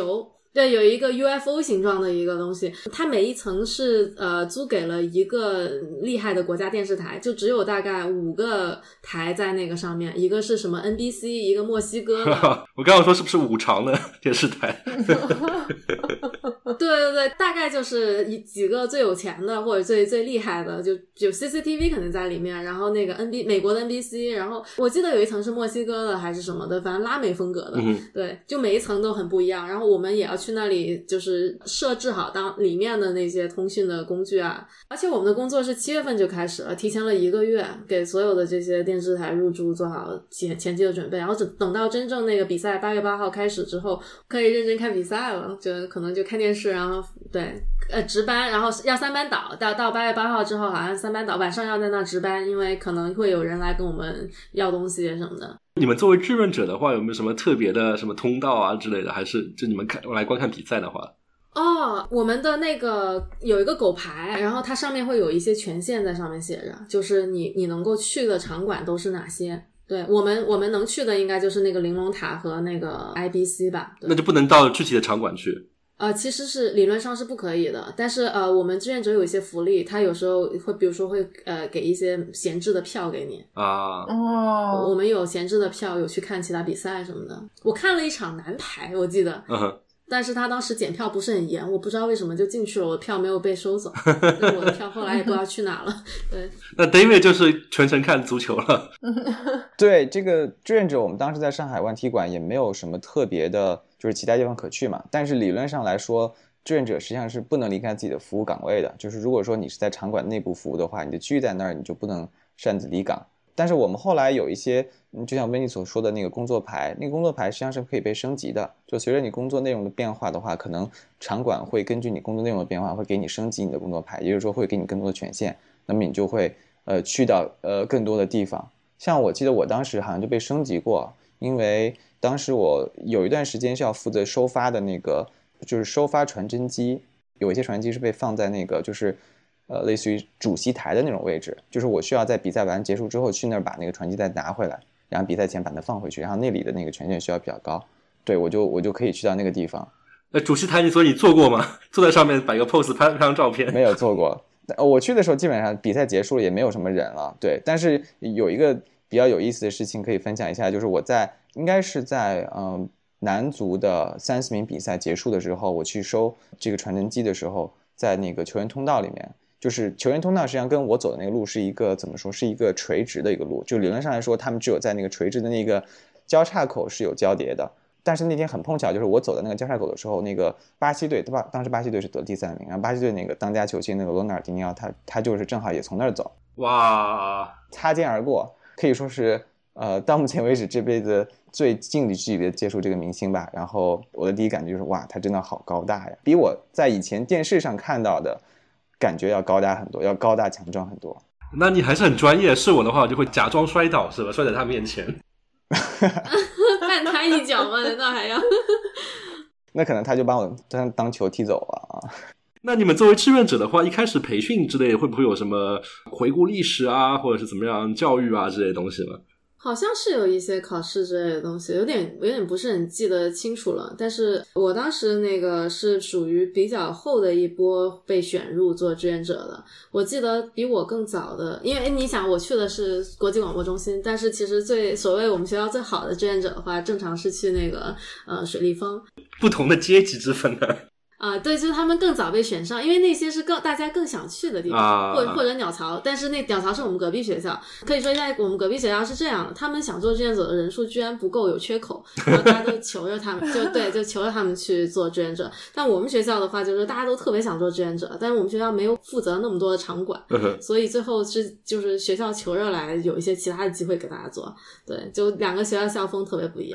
对，有一个 UFO 形状的一个东西，它每一层是租给了一个厉害的国家电视台，就只有大概5个台在那个上面，一个是什么 NBC， 一个墨西哥的我刚刚说是不是5常的电视台对对对，大概就是几个最有钱的或者最厉害的，就 CCTV 肯定在里面，然后那个美国的 NBC， 然后我记得有一层是墨西哥的还是什么的，反正拉美风格的，对，就每一层都很不一样，然后我们也要去那里就是设置好当里面的那些通讯的工具啊，而且我们的工作是7月份就开始了，提前了1个月给所有的这些电视台入驻做好前期的准备，然后等到真正那个比赛8月8号开始之后，可以认真看比赛了，就可能就看电视，然后对值班，然后要3班倒，到8月8号之后好像3班倒，晚上要在那值班，因为可能会有人来跟我们要东西什么的。 你们作为志愿者的话，有没有什么特别的什么通道啊之类的？还是就你们来观看比赛的话？ 我们的那个有一个狗牌，然后它上面会有一些权限在上面写着，就是你能够去的场馆都是哪些。对，我们能去的应该就是那个玲珑塔和那个 IBC 吧。 那就不能到具体的场馆去。 其实是理论上是不可以的，但是我们志愿者有一些福利，他有时候会比如说会给一些闲置的票给你啊。 我们有闲置的票，有去看其他比赛什么的。我看了一场男排，我记得。但是他当时检票不是很严，我不知道为什么就进去了，我的票没有被收走，我的票后来也不知道去哪了。对， 那 David 就是全程看足球了。 对，这个志愿者我们当时在上海湾体馆也没有什么特别的，就是其他地方可去嘛。但是理论上来说，志愿者实际上是不能离开自己的服务岗位的，就是如果说你是在场馆内部服务的话，你就继续在那儿，你就不能擅自离岗。但是我们后来有一些就像温妮所说的那个工作牌，那个工作牌实际上是可以被升级的，就随着你工作内容的变化的话，可能场馆会根据你工作内容的变化会给你升级你的工作牌，也就是说会给你更多的权限，那么你就会去到更多的地方。像我记得我当时好像就被升级过，因为当时我有一段时间是要负责收发的那个就是收发传真机，有一些传真机是被放在那个就是类似于主席台的那种位置，就是我需要在比赛完结束之后去那儿把那个传机再拿回来，然后比赛前把它放回去，然后那里的那个权限需要比较高，对，我就可以去到那个地方。 主席台所以你坐过吗？坐在上面摆个 pose 拍张照片？ 没有坐过，我去的时候基本上比赛结束了也没有什么人了，对。但是有一个比较有意思的事情可以分享一下，就是我应该是在男足的30名比赛结束的时候，我去收这个传真机的时候，在那个球员通道里面，就是球员通道实际上跟我走的那个路是一个怎么说，是一个垂直的一个路，就理论上来说他们只有在那个垂直的那个交叉口是有交叠的。但是那天很碰巧，就是我走的那个交叉口的时候，那个巴西队，当时巴西队是得第3名，然后巴西队那个当家球星那个罗纳尔迪尼奥，他就是正好也从那儿走， 哇， 擦肩而过，可以说是到目前为止这辈子最近距离的接触这个明星吧。然后我的第一感觉就是哇，他真的好高大呀，比我在以前电视上看到的感觉要高大很多，要高大强壮很多。 那你还是很专业，是我的话我就会假装摔倒，是吧？摔在他面前绊他一脚吗？难道还要那可能他就把我当球踢走了啊。 那你们作为志愿者的话，一开始培训之类会不会有什么回顾历史啊，或者是怎么样教育啊之类的东西呢？ 好像是有一些考试之类的东西，有点不是很记得清楚了。但是我当时那个是属于比较后的一波被选入做志愿者的。我记得比我更早的，因为你想我去的是国际广播中心，但是其实所谓我们学校最好的志愿者的话，正常是去那个水立方。 不同的阶级之分呢？ 对，就是他们更早被选上，因为那些是大家更想去的地方，或者鸟巢，但是那鸟巢是我们隔壁学校，可以说在我们隔壁学校是这样的，他们想做志愿者的人数居然不够，有缺口，然后大家都求着他们，就求着他们去做志愿者。但我们学校的话，就是大家都特别想做志愿者，但是我们学校没有负责那么多的场馆，所以最后就是学校求着来有一些其他的机会给大家做。对，就两个学校校风特别不一样。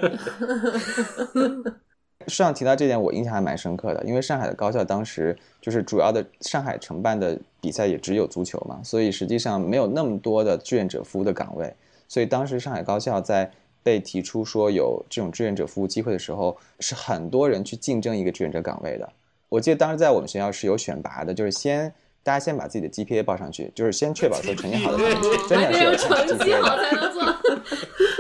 上提到这点我印象还蛮深刻的，因为上海的高校当时就是主要的上海承办的比赛也只有足球嘛，所以实际上没有那么多的志愿者服务的岗位，所以当时上海高校在被提出说有这种志愿者服务机会的时候，是很多人去竞争一个志愿者岗位的。我记得当时在我们学校是有选拔的，就是大家先把自己的 GPA 报上去，就是先确保说成绩好的成绩真的是有成绩好才能做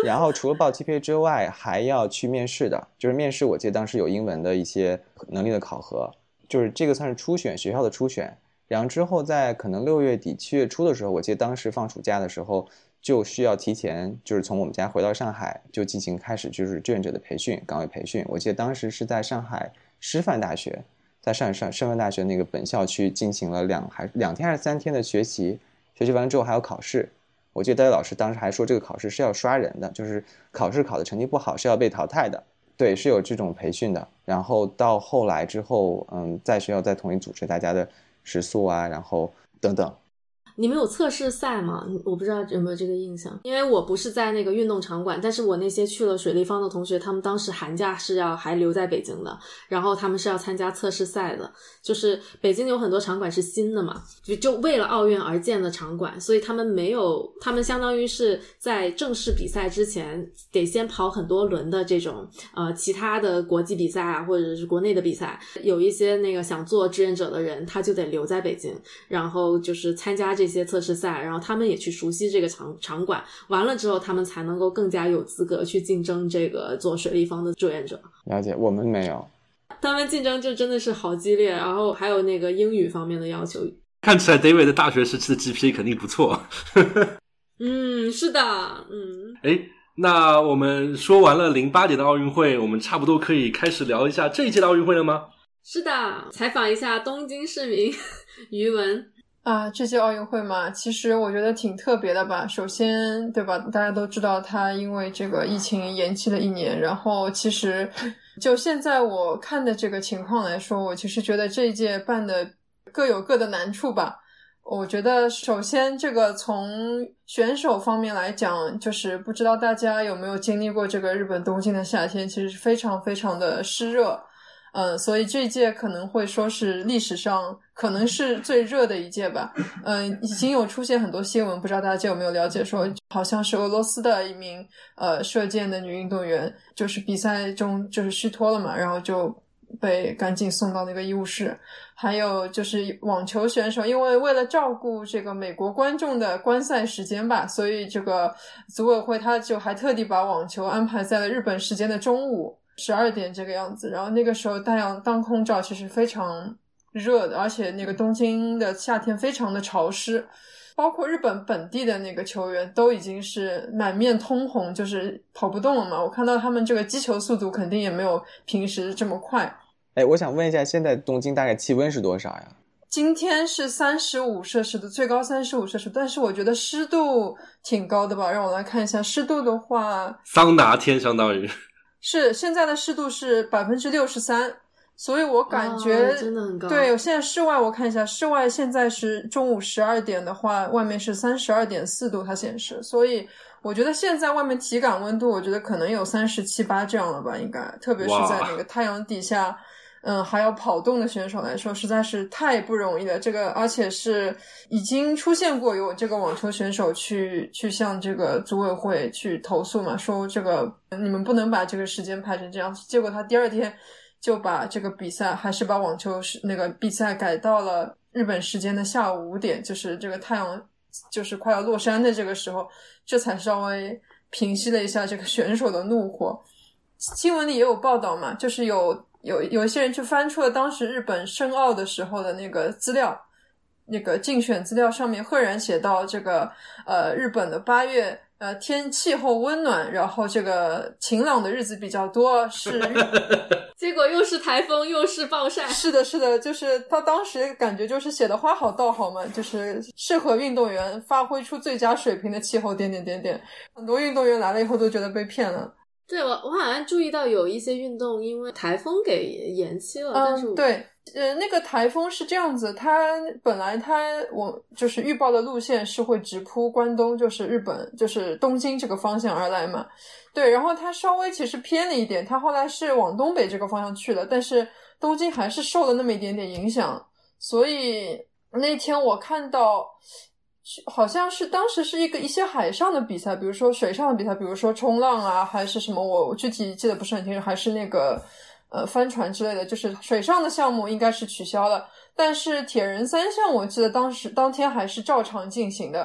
然后除了报机票之外还要去面试的，就是面试我记得当时有英文的一些能力的考核，就是这个算是初选，学校的初选。然后之后在可能6月底7月初的时候，我记得当时放暑假的时候就需要提前就是从我们家回到上海就进行开始就是志愿者的培训，岗位培训。我记得当时是在上海师范大学，在上海师范大学那个本校区进行了2天还是3天的学习，学习完了之后还有考试。我记得大家老师当时还说这个考试是要刷人的，就是考试考的成绩不好是要被淘汰的。对，是有这种培训的。然后到后来之后在学校再统一组织大家的食宿啊，然后等等。 你们有测试赛吗？我不知道有没有这个印象，因为我不是在那个运动场馆，但是我那些去了水立方的同学，他们当时寒假是要还留在北京的，然后他们是要参加测试赛的。就是北京有很多场馆是新的嘛，就为了奥运而建的场馆，所以他们相当于是在正式比赛之前得先跑很多轮的这种其他的国际比赛啊，或者是国内的比赛。有一些那个想做志愿者的人，他就得留在北京，然后就是参加这些测试赛，然后他们也去熟悉这个场馆，完了之后他们才能够更加有资格去竞争这个做水立方的志愿者。 了解，我们没有。 他们竞争就真的是好激烈，然后还有那个英语方面的要求。 看起来 David 的大学时期的 GPA 肯定不错。 是的。 那我们说完了08年的奥运会，我们差不多可以开始聊一下这一届的奥运会了吗？ 是的，采访一下东京市民于文。 这届奥运会嘛，其实我觉得挺特别的吧。首先，对吧，大家都知道它因为这个疫情延期了1年，然后其实就现在我看的这个情况来说，我其实觉得这一届办的各有各的难处吧。我觉得首先这个从选手方面来讲，就是不知道大家有没有经历过这个日本东京的夏天，其实是非常非常的湿热。所以这一届可能会说是历史上可能是最热的一届吧。已经有出现很多新闻，不知道大家有没有了解，说好像是俄罗斯的一名射箭的女运动员，就是比赛中就是虚脱了嘛，然后就被赶紧送到那个医务室。还有就是网球选手，因为了照顾这个美国观众的观赛时间吧，所以这个组委会他就还特地把网球安排在了日本时间的中午12点这个样子。然后那个时候太阳当空照，其实非常热的，而且那个东京的夏天非常的潮湿，包括日本本地的那个球员都已经是满面通红，就是跑不动了嘛。我看到他们这个击球速度肯定也没有平时这么快。 我想问一下，现在东京大概气温是多少呀？ 今天是35摄氏度，最高35摄氏度，但是我觉得湿度挺高的吧。让我来看一下湿度的话， 桑拿天相当于是现在的湿度是63%，所以我感觉真的很高。 对，我现在室外我看一下，室外现在是中午12点的话，外面是32.4度它显示，所以我觉得现在外面体感温度我觉得可能有37、8这样了吧，应该，特别是在那个太阳底下还要跑动的选手来说，实在是太不容易了。这个而且是已经出现过有这个网球选手去向这个组委会去投诉嘛，说这个你们不能把这个时间排成这样。结果他第二天就把这个比赛，还是把网球那个比赛改到了日本时间的下午5点，就是这个太阳就是快要落山的这个时候，这才稍微平息了一下这个选手的怒火。新闻里也有报道嘛，就是有一些人去翻出了当时日本申奥的时候的那个资料，那个竞选资料上面赫然写到这个日本的8月气候温暖，然后这个晴朗的日子比较多，是结果又是台风又是暴晒。 是的，就是他当时感觉就是写的花好道好嘛，就是适合运动员发挥出最佳水平的气候很多运动员来了以后都觉得被骗了。 对，我好像注意到有一些运动因为台风给延期了，但是对，那个台风是这样子，它本来我就是预报的路线是会直扑关东，就是日本，就是东京这个方向而来嘛。对，然后它稍微其实偏了一点，它后来是往东北这个方向去了，但是东京还是受了那么一点点影响，所以那天我看到好像是当时是一些海上的比赛，比如说水上的比赛，比如说冲浪啊，还是什么，我具体记得不是很清楚，还是那个帆船之类的，就是水上的项目应该是取消了，但是铁人3项我记得当天还是照常进行的。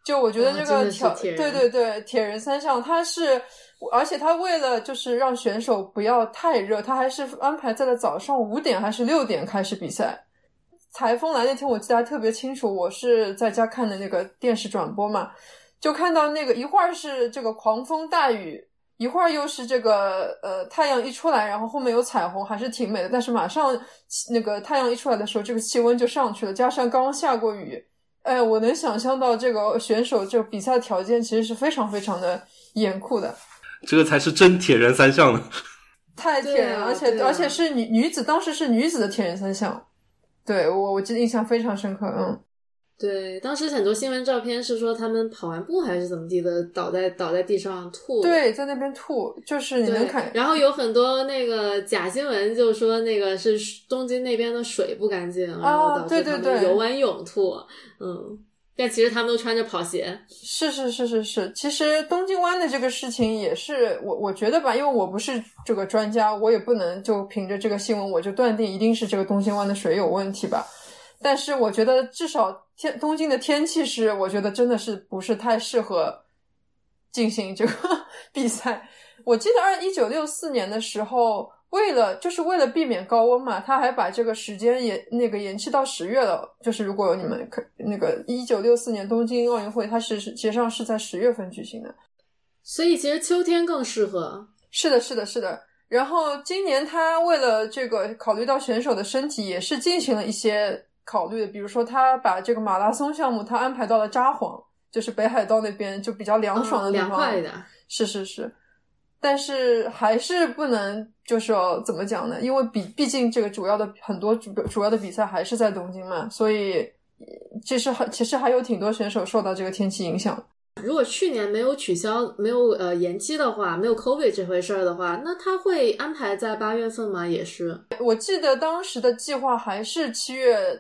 就我觉得这个对铁人三项它是，而且他为了就是让选手不要太热，他还是安排在了早上5点还是6点开始比赛。台风来那天我记得还特别清楚，我是在家看的那个电视转播嘛，就看到那个一会儿是这个狂风大雨，一会儿又是这个太阳一出来，然后后面有彩虹，还是挺美的。但是马上那个太阳一出来的时候，这个气温就上去了，加上刚刚下过雨，我能想象到这个选手这个比赛条件其实是非常非常的严酷的。 这个才是真铁人三项呢， 太铁人，而且是女子，当时是女子的铁人三项。对，我记得印象非常深刻。 对，当时很多新闻照片是说他们跑完步还是怎么地的，倒在地上吐。 对，在那边吐，就是你能看。 然后有很多那个假新闻，就说那个是东京那边的水不干净，然后导致他们游完泳吐。但其实他们都穿着跑鞋。是。 其实东京湾的这个事情也是我觉得吧，因为我不是这个专家，我也不能就凭着这个新闻我就断定一定是这个东京湾的水有问题吧。但是我觉得至少东京的天气是，我觉得真的是不是太适合进行这个比赛。我记得1964年的时候，为了避免高温嘛，他还把这个时间延期到10月了。就是如果你们那个1964年东京奥运会，它实际上是在10月份举行的， 所以其实秋天更适合。 是的。然后今年他为了这个考虑到选手的身体，也是进行了一些考虑的，比如说他把这个马拉松项目他安排到了札幌，就是北海道那边就比较凉爽的地方， 凉快一点。 是。但是还是不能就是说怎么讲呢，因为毕竟这个很多主要的比赛还是在东京嘛，所以其实还有挺多选手受到这个天气影响。 如果去年没有取消没有延期的话，没有 COVID 这回事儿的话，那他会安排在8月份吗？也是， 我记得当时的计划还是7月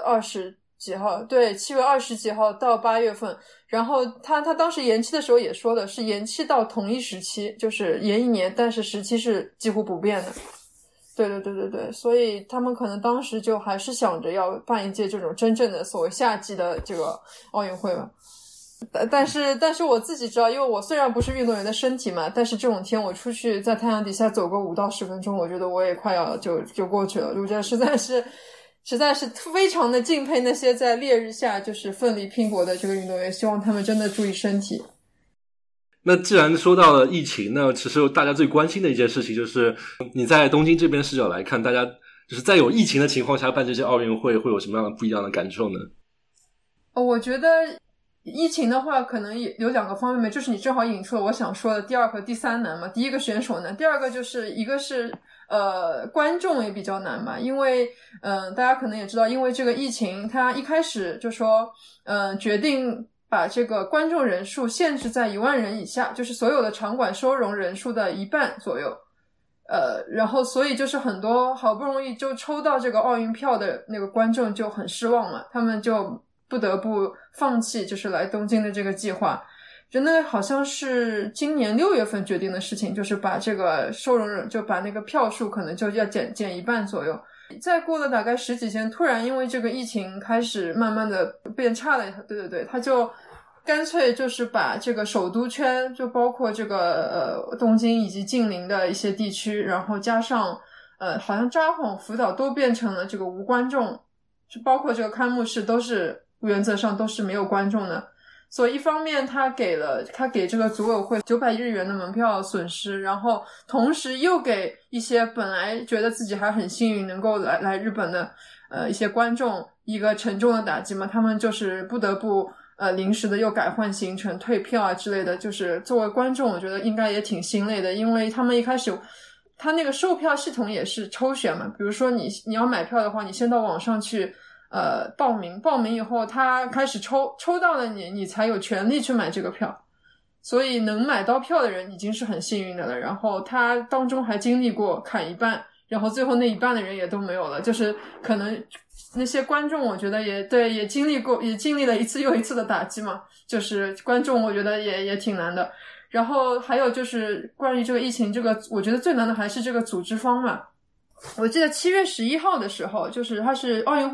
20几号，对，7月20几号到8月份。然后他当时延期的时候也说的是延期到同一时期，就是延1年，但是时期是几乎不变的。对，所以他们可能当时就还是想着要办一届这种真正的所谓夏季的这个奥运会吧。但是我自己知道，因为我虽然不是运动员的身体嘛，但是这种天我出去在太阳底下走个5到10分钟，我觉得我也快要就过去了。我觉得实在是非常的敬佩那些在烈日下就是奋力拼搏的这个运动员，希望他们真的注意身体。 那既然说到了疫情，那其实大家最关心的一件事情就是你在东京这边视角来看，大家就是在有疫情的情况下办这些奥运会有什么样的不一样的感受呢？ 我觉得疫情的话可能有2个方面，就是你正好引出了我想说的第2和第3难嘛。第一个选手难，第2个就是一个是观众也比较难嘛，因为大家可能也知道，因为这个疫情它一开始就说决定把这个观众人数限制在1万人以下，就是所有的场馆收容人数的1半左右。然后所以就是很多好不容易就抽到这个奥运票的那个观众就很失望嘛，他们就不得不放弃就是来东京的这个计划。就那好像是今年6月份决定的事情，就是把这个收容人就把那个票数可能就要减1半左右。再过了大概10几天，突然因为这个疫情开始慢慢的变差了，对，他就干脆就是把这个首都圈，就包括这个东京以及近邻的一些地区，然后加上好像札幌、福岛都变成了这个无观众，就包括这个开幕式都是原则上都是没有观众的。所以一方面他给这个组委会900日元的门票损失，然后同时又给一些本来觉得自己还很幸运能够来日本的一些观众一个沉重的打击嘛，他们就是不得不临时的又改换行程、退票啊之类的。就是作为观众我觉得应该也挺心累的，因为他们一开始他那个售票系统也是抽选嘛，比如说你要买票的话，你先到网上去报名以后他开始抽到了你才有权利去买这个票，所以能买到票的人已经是很幸运的了。然后他当中还经历过砍1半，然后最后那1半的人也都没有了，就是可能那些观众我觉得也经历了一次又一次的打击嘛，就是观众我觉得也挺难的。然后还有就是关于这个疫情，这个我觉得最难的还是这个组织方嘛。我记得7月11号的时候，就是它是奥运会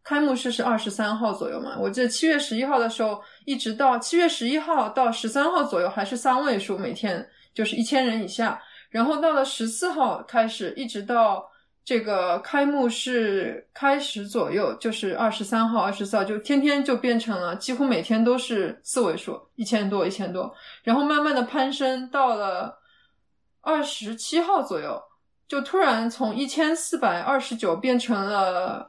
开幕式是23号左右嘛，我记得7月11号的时候，一直到7月11号到13号左右还是3位数，每天就是1000人以下，然后到了14号开始，一直到这个开幕式开始左右，就是23号、24号，就天天就变成了几乎每天都是4位数，1000多，然后慢慢的攀升到了27号左右，就突然从1429变成了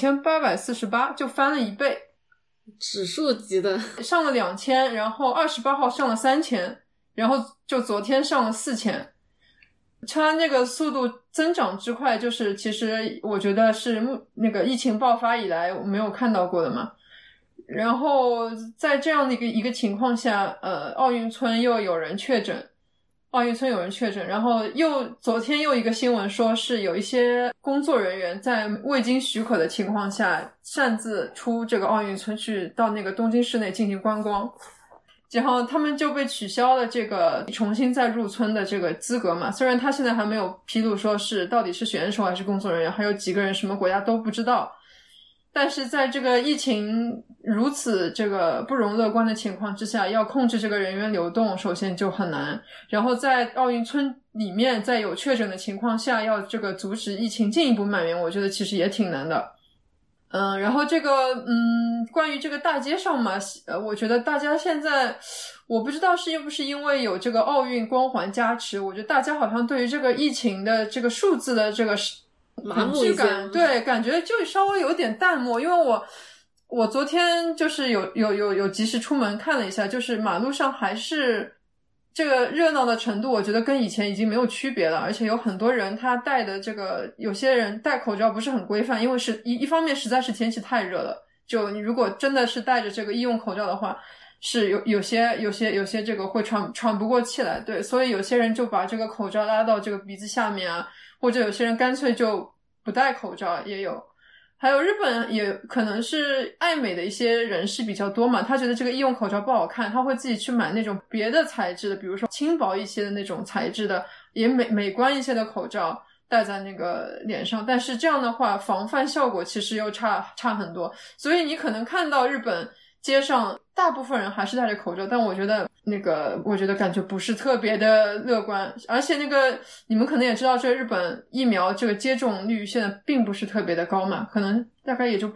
2848，就翻了1倍， 指数级的， 上了2000，然后28号上了3000，然后就昨天上了4000。它那个速度增长之快，就是其实我觉得是那个疫情爆发以来我没有看到过的嘛。然后在这样的一个情况下，奥运村又有人确诊，然后昨天又一个新闻说是有一些工作人员在未经许可的情况下擅自出这个奥运村去到那个东京市内进行观光。然后他们就被取消了这个重新再入村的这个资格嘛，虽然他现在还没有披露说是到底是选手还是工作人员，还有几个人什么国家都不知道，但是在这个疫情如此这个不容乐观的情况之下，要控制这个人员流动首先就很难，然后在奥运村里面在有确诊的情况下要这个阻止疫情进一步蔓延，我觉得其实也挺难的。然后这个关于这个大街上嘛，我觉得大家现在我不知道是不是因为有这个奥运光环加持，我觉得大家好像对于这个疫情的这个数字的这个恐惧感，对，感觉就稍微有点淡漠。因为我昨天就是有及时出门看了一下，就是马路上还是这个热闹的程度，我觉得跟以前已经没有区别了，而且有很多人他戴的这个，有些人戴口罩不是很规范，因为是一方面实在是天气太热了，就你如果真的是戴着这个医用口罩的话，是有些这个会喘不过气来，对，所以有些人就把这个口罩拉到这个鼻子下面啊，或者有些人干脆就不戴口罩也有。还有日本也可能是爱美的一些人士比较多嘛，他觉得这个医用口罩不好看，他会自己去买那种别的材质的，比如说轻薄一些的那种材质的，也美观一些的口罩戴在那个脸上，但是这样的话防范效果其实又差很多，所以你可能看到日本街上大部分人还是戴着口罩，但我觉得感觉不是特别的乐观，而且你们可能也知道，这个日本疫苗这个接种率现在并不是特别的高嘛，可能大概也就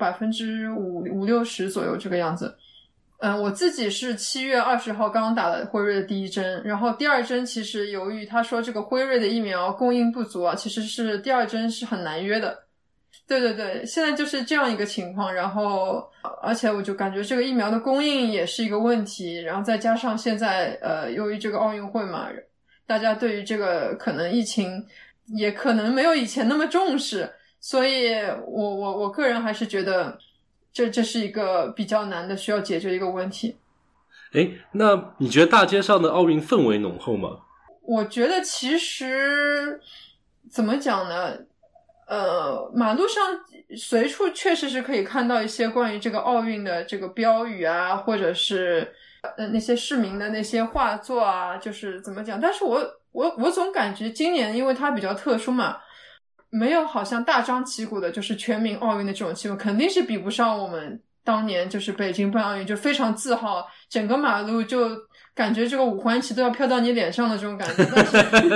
5-60%左右这个样子。我自己是7月20号刚打了辉瑞的第一针，然后第二针其实由于他说这个辉瑞的疫苗供应不足啊，其实是第二针是很难约的。对，现在就是这样一个情况，然后而且我就感觉这个疫苗的供应也是一个问题，然后再加上现在由于这个奥运会嘛，大家对于这个可能疫情也可能没有以前那么重视，所以我个人还是觉得这是一个比较难的需要解决一个问题。 那你觉得大街上的奥运氛围浓厚吗？ 我觉得其实怎么讲呢，马路上随处确实是可以看到一些关于这个奥运的这个标语啊，或者是那些市民的那些画作啊，就是怎么讲，但是我总感觉今年因为它比较特殊嘛，没有好像大张旗鼓的就是全民奥运的这种气氛，肯定是比不上我们当年就是北京办奥运就非常自豪，整个马路就感觉这个五环旗都要飘到你脸上的这种感觉。但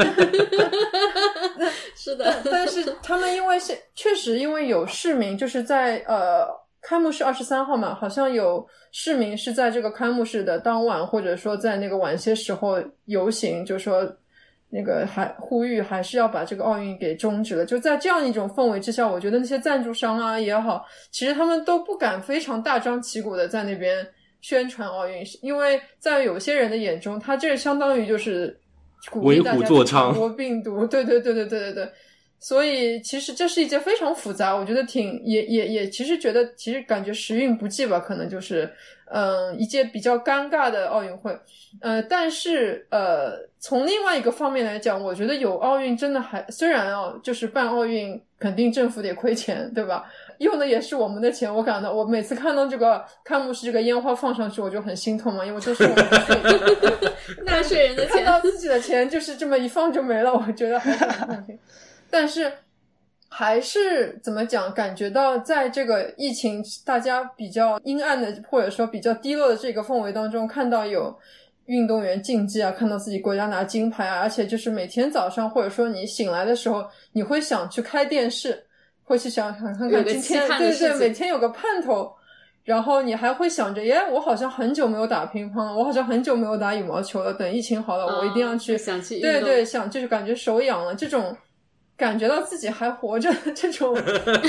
是是的，但是他们确实因为有市民就是在开幕式23号嘛，好像有市民是在这个开幕式的当晚或者说在那个晚些时候游行，就说那个还呼吁还是要把这个奥运给终止了。就在这样一种氛围之下，我觉得那些赞助商啊也好，其实他们都不敢非常大张旗鼓的在那边宣传奥运，因为在有些人的眼中，他这相当于就是鼓励大家去传播病毒。对，所以其实这是一件非常复杂，我觉得也其实觉得其实感觉时运不济吧，可能就是一届比较尴尬的奥运会。但是从另外一个方面来讲，我觉得有奥运真的虽然就是办奥运肯定政府得亏钱，对吧？用的也是我们的钱，我感到我每次看到这个开幕式这个烟花放上去我就很心痛嘛，因为都是我们的纳税人的钱， 看到自己的钱就是这么一放就没了，我觉得还是很痛心。但是还是怎么讲，感觉到在这个疫情大家比较阴暗的或者说比较低落的这个氛围当中，看到有运动员竞技啊，看到自己国家拿金牌啊，而且就是每天早上或者说你醒来的时候，你会想去开电视，会去想看看今天，对对，每天有个盼头，然后你还会想着，耶，我好像很久没有打乒乓了，我好像很久没有打羽毛球了，等疫情好了，我一定要去， 想去运动， 对对，想就是感觉手痒了，这种感觉到自己还活着的这种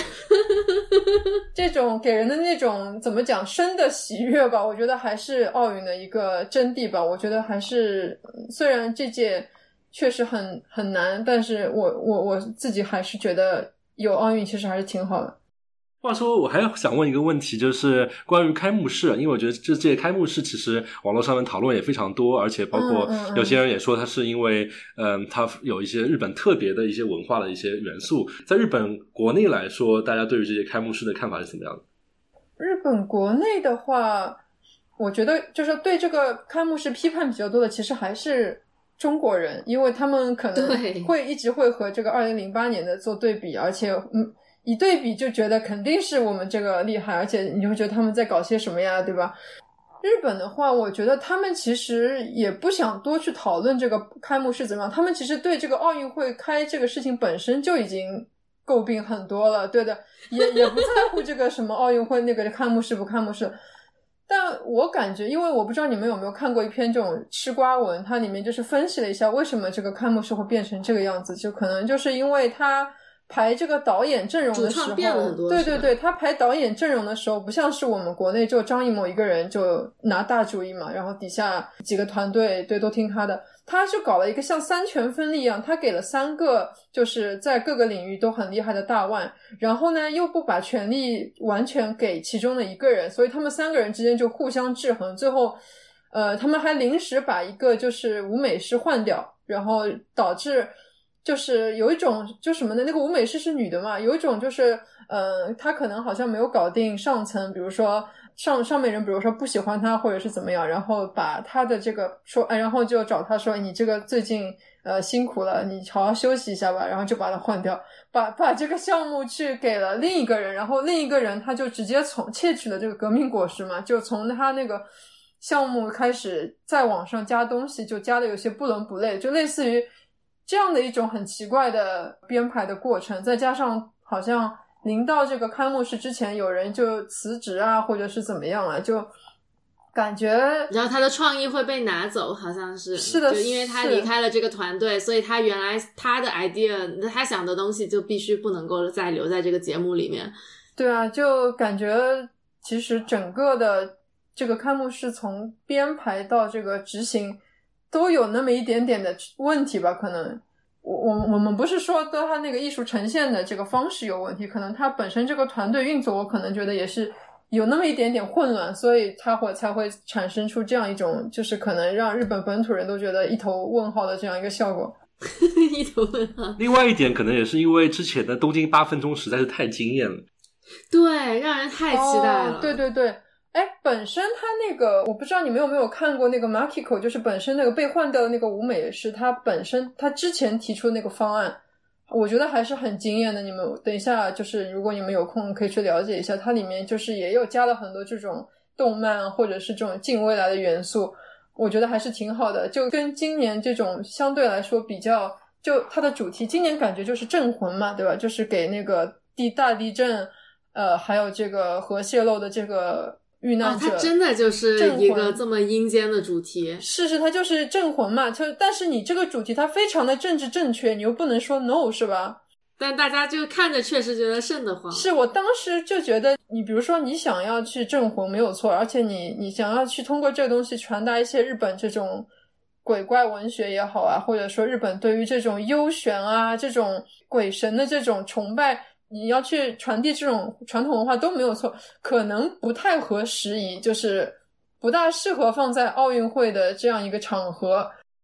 这种给人的那种怎么讲生的喜悦吧，我觉得还是奥运的一个真谛吧。我觉得还是虽然这届确实很难，但是我自己还是觉得有奥运其实还是挺好的。 话说我还想问一个问题，就是关于开幕式，因为我觉得这届开幕式其实网络上面讨论也非常多，而且包括有些人也说它是因为它有一些日本特别的一些文化的一些元素。在日本国内来说，大家对于这些开幕式的看法是怎么样的？ 日本国内的话，我觉得就是对这个开幕式批判比较多的其实还是中国人，因为他们可能会一直会和这个2008年的做对比，而且一对比就觉得肯定是我们这个厉害，而且你就会觉得他们在搞些什么呀，对吧？日本的话，我觉得他们其实也不想多去讨论这个开幕式怎么样，他们其实对这个奥运会开这个事情本身就已经诟病很多了，对的，也不在乎这个什么奥运会那个开幕式不开幕式。但我感觉，因为我不知道你们有没有看过一篇这种吃瓜文，它里面就是分析了一下为什么这个开幕式会变成这个样子，就可能就是因为它排这个导演阵容的时候，对对对，他排导演阵容的时候，不像是我们国内就张艺谋一个人就拿大主意嘛，然后底下几个团队对都听他的，他就搞了一个像三权分立一样，他给了3个就是在各个领域都很厉害的大腕，然后呢又不把权力完全给其中的一个人，所以他们3个人之间就互相制衡，最后他们还临时把一个就是舞美师换掉，然后导致就是有一种就什么呢，那个舞美师是女的嘛，有一种就是她可能好像没有搞定上层，比如说上面人比如说不喜欢她或者是怎么样，然后把她的这个说然后就找她说你这个最近辛苦了，你好好休息一下吧，然后就把她换掉，把这个项目去给了另一个人，然后另一个人他就直接窃取了这个革命果实嘛，就从他那个项目开始再往上加东西，就加的有些不伦不类，就类似于这样的一种很奇怪的编排的过程，再加上好像临到这个开幕式之前有人就辞职啊或者是怎么样啊，就感觉然后他的创意会被拿走，好像是的， 就因为他离开了这个团队，所以他原来他的 idea 他想的东西就必须不能够再留在这个节目里面。 对啊，就感觉其实整个的这个开幕式从编排到这个执行都有那么一点点的问题吧，可能我们不是说对他那个艺术呈现的这个方式有问题，可能他本身这个团队运作我可能觉得也是有那么一点点混乱，所以他才会产生出这样一种就是可能让日本本土人都觉得一头问号的这样一个效果。 一头问号。 另外一点可能也是因为之前的东京8分钟实在是太惊艳了， 对，让人太期待了。 对对对，本身他那个我不知道你们有没有看过那个 Makiko， 就是本身那个被换掉的那个舞美是他本身他之前提出的那个方案，我觉得还是很惊艳的，你们等一下就是如果你们有空可以去了解一下，它里面就是也有加了很多这种动漫或者是这种近未来的元素，我觉得还是挺好的，就跟今年这种相对来说比较，就它的主题今年感觉就是镇魂嘛，对吧，就是给那个大地震还有这个核泄漏的这个遇难者， 它真的就是一个这么阴间的主题。 是它就是镇魂嘛，但是你这个主题它非常的政治正确，你又不能说 no 是吧， 但大家就看着确实觉得瘆得慌。 是我当时就觉得你比如说你想要去镇魂没有错，而且你想要去通过这个东西传达一些日本这种鬼怪文学也好啊，或者说日本对于这种幽玄啊这种鬼神的这种崇拜，你要去传递这种传统文化都没有错，可能不太合时宜，就是不大适合放在奥运会的这样一个场合。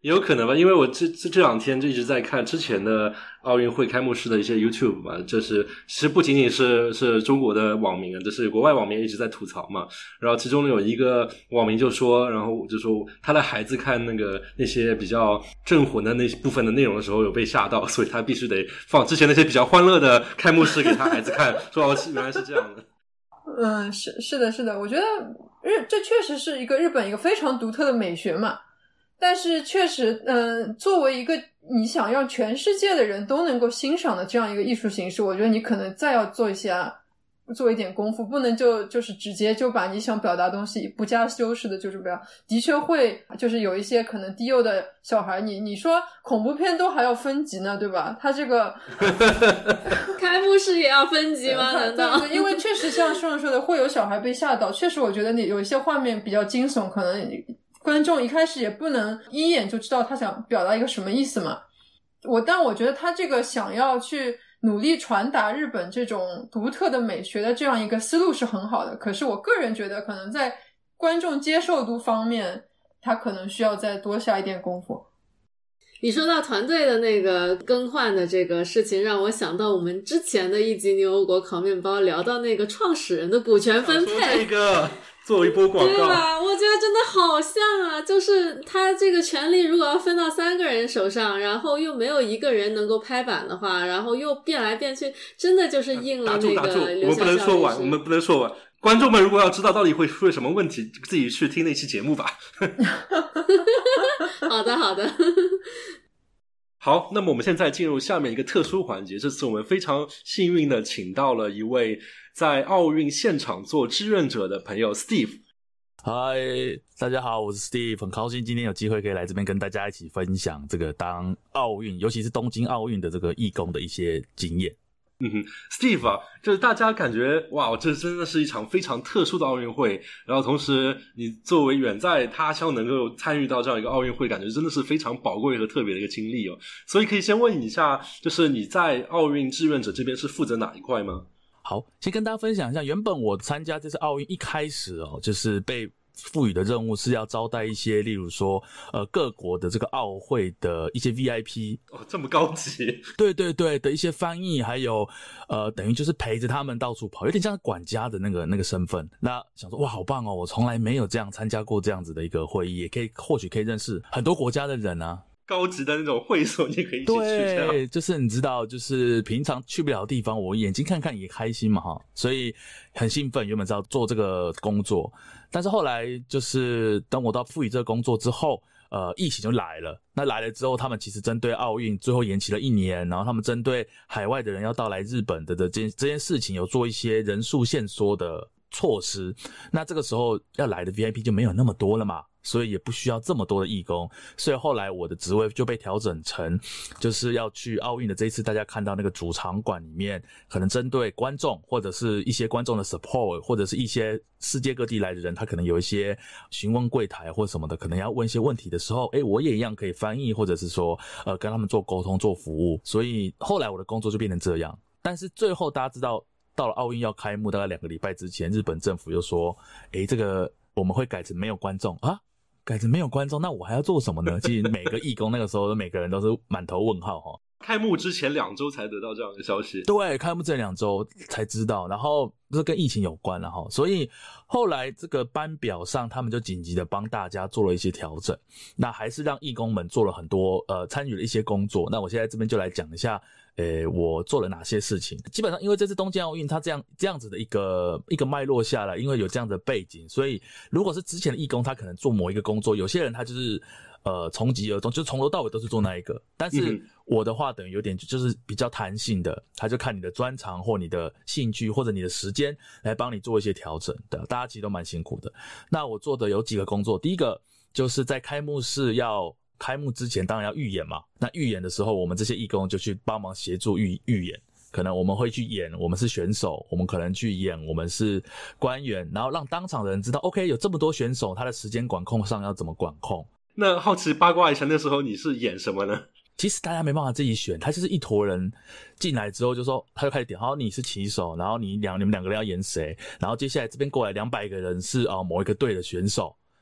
也有可能吧，因为我这两天就一直在看之前的奥运会开幕式的一些 YouTube 嘛，其实不仅仅是中国的网民啊，就是国外网民一直在吐槽嘛。然后其中有一个网民就说，然后就说他的孩子看那些比较镇魂的那部分的内容的时候有被吓到，所以他必须得放之前那些比较欢乐的开幕式给他孩子看，说哦原来是这样的。 是的，我觉得这确实是日本一个非常独特的美学嘛。但是确实作为一个你想让全世界的人都能够欣赏的这样一个艺术形式，我觉得你可能再要做一点功夫，不能就是直接就把你想表达的东西不加修饰的就是不要。的确会就是有一些可能低幼的小孩，你说恐怖片都还要分级呢，对吧？他这个开幕式也要分级吗？难道？ 对，因为确实像顺说的会有小孩被吓到，确实我觉得你有一些画面比较惊悚，可能观众一开始也不能一眼就知道他想表达一个什么意思嘛。但我觉得他这个想要去努力传达日本这种独特的美学的这样一个思路是很好的，可是我个人觉得可能在观众接受度方面他可能需要再多下一点功夫。 你说到团队的那个更换的这个事情，让我想到我们之前的一集牛油果烤面包聊到那个创始人的股权分配， 那个做一波广告， 对吧？我觉得真的好像啊，就是他这个权利如果要分到3个人手上，然后又没有一个人能够拍板的话，然后又变来变去，真的就是应了那个留下效益。 我们不能说完。观众们如果要知道到底会出什么问题，自己去听那期节目吧。 好的。 好，那么我们现在进入下面一个特殊环节，这次我们非常幸运的请到了一位在奥运现场做志愿者的朋友 Steve。 嗨，大家好，我是 Steve， 很高兴今天有机会可以来这边跟大家一起分享这个当奥运，尤其是东京奥运的这个义工的一些经验。 Steve 啊，就是大家感觉哇，这真的是一场非常特殊的奥运会，然后同时你作为远在他乡能够参与到这样一个奥运会，感觉真的是非常宝贵和特别的一个经历哦。所以可以先问你一下，就是你在奥运志愿者这边是负责哪一块吗？ 好，先跟大家分享一下，原本我参加这次奥运一开始就是被赋予的任务是要招待一些，例如说各国的这个奥会的一些 VIP 这么高级。 对的一些翻译，还有等于就是陪着他们到处跑，有点像管家的那个身份。那想说哇好棒哦，我从来没有这样参加过这样子的一个会议，也或许可以认识很多国家的人啊。 高级的那种会所你可以一起去， 对，就是你知道，就是平常去不了的地方，我眼睛看看也开心嘛哈，所以很兴奋，原本是要做这个工作，但是后来就是等我到赋予这个工作之后，疫情就来了。那来了之后，他们其实针对奥运最后延期了1年，然后他们针对海外的人要到来日本的这件事情有做一些人数限缩的措施。那这个时候要来的 VIP 就没有那么多了嘛。所以也不需要这么多的义工，所以后来我的职位就被调整成就是要去奥运的这一次大家看到那个主场馆里面，可能针对观众或者是一些观众的 support， 或者是一些世界各地来的人，他可能有一些询问柜台或什么的，可能要问一些问题的时候，我也一样可以翻译，或者是说跟他们做沟通做服务。所以后来我的工作就变成这样。但是最后大家知道到了奥运要开幕大概2个礼拜之前，日本政府又说这个我们会改成没有观众啊，改成没有观众，那我还要做什么呢？其实每个义工那个时候每个人都是满头问号齁。 开幕之前2周才得到这样的消息。 对，开幕之前2周才知道，然后这跟疫情有关了齁，所以后来这个班表上他们就紧急的帮大家做了一些调整，那还是让义工们做了很多参与了一些工作。那我现在这边就来讲一下我做了哪些事情。基本上因为这次东京奥运它这样子的一个脉络下来，因为有这样的背景，所以如果是之前的义工他可能做某一个工作，有些人他就是从级而终，就从头到尾都是做那一个。但是我的话等于有点就是比较弹性的，他就看你的专长或你的兴趣或者你的时间来帮你做一些调整的。大家其实都蛮辛苦的。那我做的有几个工作，第一个就是在开幕式要开幕之前当然要预演嘛，那预演的时候我们这些义工就去帮忙协助预演，可能我们会去演我们是选手，我们可能去演我们是官员，然后让当场的人知道 OK 有这么多选手，他的时间管控上要怎么管控。 那好奇八卦一下，那时候你是演什么呢？ 其实大家没办法自己选，他就是一坨人进来之后就说，他就开始点，好，你是旗手，然后你们2个人要演谁，然后接下来这边过来200个人是某一个队的选手，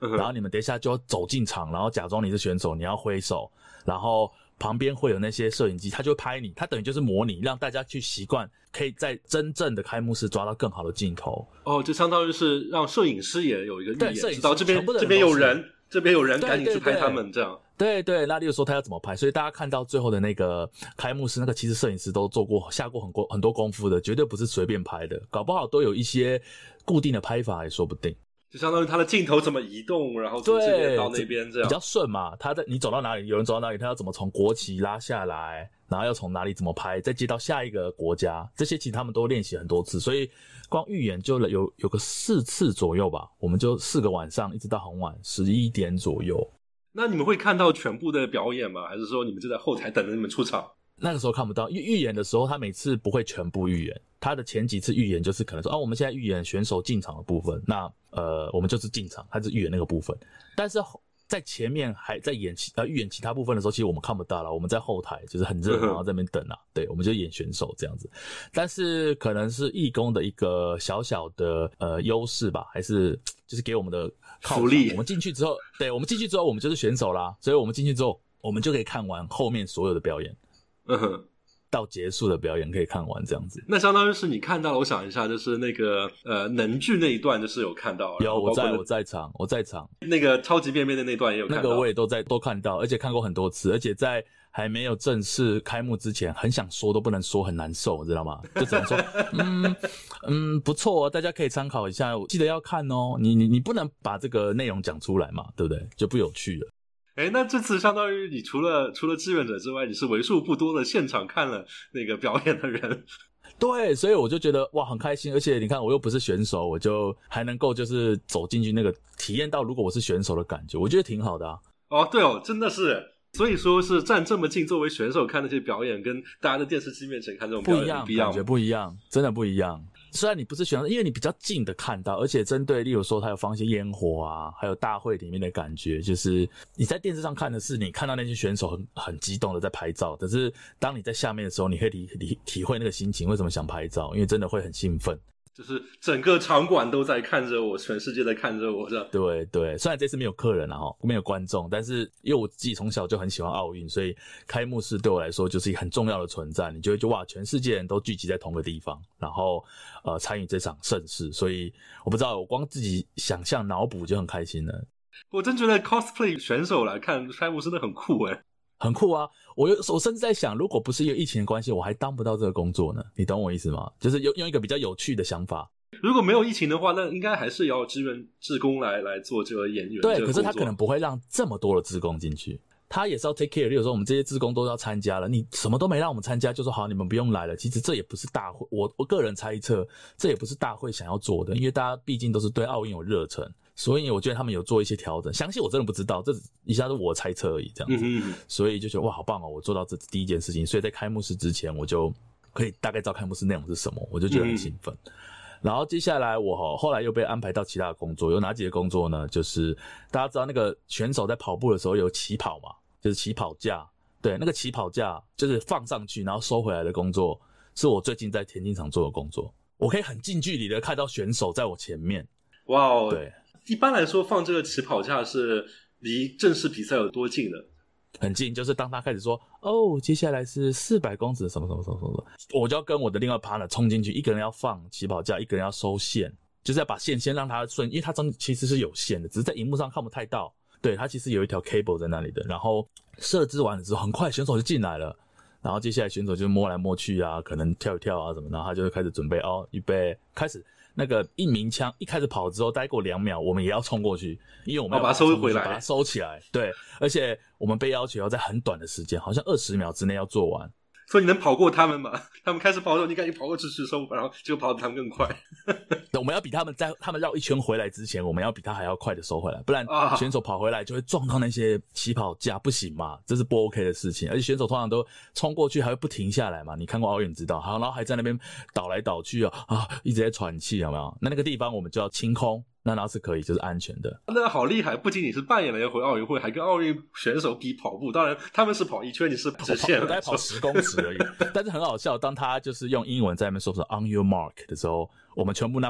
然后你们等一下就要走进场，然后假装你是选手，你要挥手，然后旁边会有那些摄影机，他就会拍你，他等于就是模拟，让大家去习惯，可以在真正的开幕式抓到更好的镜头。 哦，就相当于是让摄影师也有一个预演，知道这边有人，赶紧去拍他们这样。 对，那例如说他要怎么拍，所以大家看到最后的那个开幕式，那个其实摄影师都下过很多功夫的，绝对不是随便拍的，搞不好都有一些固定的拍法也说不定。 就相当于他的镜头怎么移动，然后从这边到那边这样比较顺嘛。你走到哪里，有人走到哪里，他要怎么从国旗拉下来，然后要从哪里怎么拍，再接到下一个国家，这些其实他们都练习很多次，所以光预演就有个4次左右吧，我们就4个晚上一直到很晚11点左右。 那你们会看到全部的表演吗？还是说你们就在后台等着你们出场？ 那个时候看不到，因为预演的时候他每次不会全部预演，他的前几次预演就是可能说我们现在预演选手进场的部分，那我们就是进场，他是预演那个部分，但是在前面还在预演其他部分的时候，其实我们看不到了，我们在后台就是很热，然后在那边等啊，对，我们就演选手这样子。但是可能是义工的一个小小的优势吧，还是就是给我们的福利。 我们进去之后，我们就是选手啦，所以我们进去之后，我们就可以看完后面所有的表演。到结束的表演可以看完这样子。 那相当于是你看到了，我想一下，就是那个能剧那一段就是有看到， 有我在场， 那个超级便便的那段也有看到， 那个我也都看到，而且看过很多次，而且在还没有正式开幕之前，很想说都不能说，很难受，知道吗？就只能说不错哦，大家可以参考一下，记得要看哦。你不能把这个内容讲出来嘛，对不对？就不有趣了。 那这次相当于你除了志愿者之外，你是为数不多的现场看了那个表演的人。 对，所以我就觉得哇很开心，而且你看我又不是选手，我就还能够就是走进去那个体验到如果我是选手的感觉，我觉得挺好的啊。 哦，对哦，真的是。所以说是站这么近，作为选手看那些表演，跟大家的电视机面前看这种表演不一样， 感觉不一样，真的不一样。虽然你不是选手，因为你比较近的看到，而且针对例如说他有放一些烟火啊，还有大会里面的感觉，就是你在电视上看的是你看到那些选手很激动的在拍照，可是当你在下面的时候，你可以体会那个心情，为什么想拍照，因为真的会很兴奋。 就是整个场馆都在看着我，全世界在看着我这样。 对，虽然这次没有客人没有观众，但是因为我自己从小就很喜欢奥运，所以开幕式对我来说就是一个很重要的存在。你就会觉得哇，全世界人都聚集在同个地方，然后参与这场盛事，所以我不知道，我光自己想象脑补就很开心了。 我真觉得 cosplay 选手来看开幕式真的很酷耶。 很酷啊！我甚至在想，如果不是因为疫情的关系，我还当不到这个工作呢。你懂我意思吗？就是用一个比较有趣的想法。 如果没有疫情的话，那应该还是要支援志工来做这个演员。 对，可是他可能不会让这么多的志工进去，他也是要 take care。例如说，我们这些志工都要参加了，你什么都没让我们参加，就说好，你们不用来了。其实这也不是大会，我个人猜测，这也不是大会想要做的，因为大家毕竟都是对奥运有热忱。所以我觉得他们有做一些调整，详细我真的不知道，这一下是我猜测而已这样子。所以就觉得哇好棒哦，我做到这第一件事情，所以在开幕式之前我就可以大概知道开幕式内容是什么，我就觉得很兴奋。然后接下来我后来又被安排到其他的工作，有哪几个工作呢？就是大家知道那个选手在跑步的时候有起跑嘛，就是起跑架，对，那个起跑架就是放上去然后收回来的工作，是我最近在田径场做的工作，我可以很近距离的看到选手在我前面。 哇哦， 对。 一般来说放这个起跑架是离正式比赛有多近的？ 很近，就是当他开始说接下来是400公尺什么，我就要跟我的另外 partner 冲进去，一个人要放起跑架，一个人要收线，就是要把线先让它顺，因为它中间其实是有线的，只是在萤幕上看不太到。对，它其实有一条 cable 在那里的，然后设置完了之后，很快选手就进来了，然后接下来选手就摸来摸去啊，可能跳一跳啊什么，然后他就开始准备预备开始。那个一鸣枪一开始跑之后，大概过2秒，我们也要冲过去，因为我们要把它收回来， 把它收起来。对，而且我们被要求要在很短的时间，好像20秒之内要做完。 所以你能跑过他们吗？他们开始跑的时候，你赶紧跑过去收，然后就跑得他们更快。 我们要比他们在他们绕一圈回来之前，我们要比他还要快的收回来，不然选手跑回来就会撞到那些起跑架，不行嘛，这是不 OK 的事情。而且选手通常都冲过去还会不停下来嘛，你看过奥运知道，然后还在那边倒来倒去一直在喘气，有没有？那个地方我们就要清空。那是可以，就是安全的。 那好厉害！不仅你是扮演了一回奥运会，还跟奥运选手比跑步。当然，他们是跑1圈，你是直线， 我大概跑10公尺而已。但是很好笑，当他就是用英文在那边说 "on your mark" 的时候，我们全部那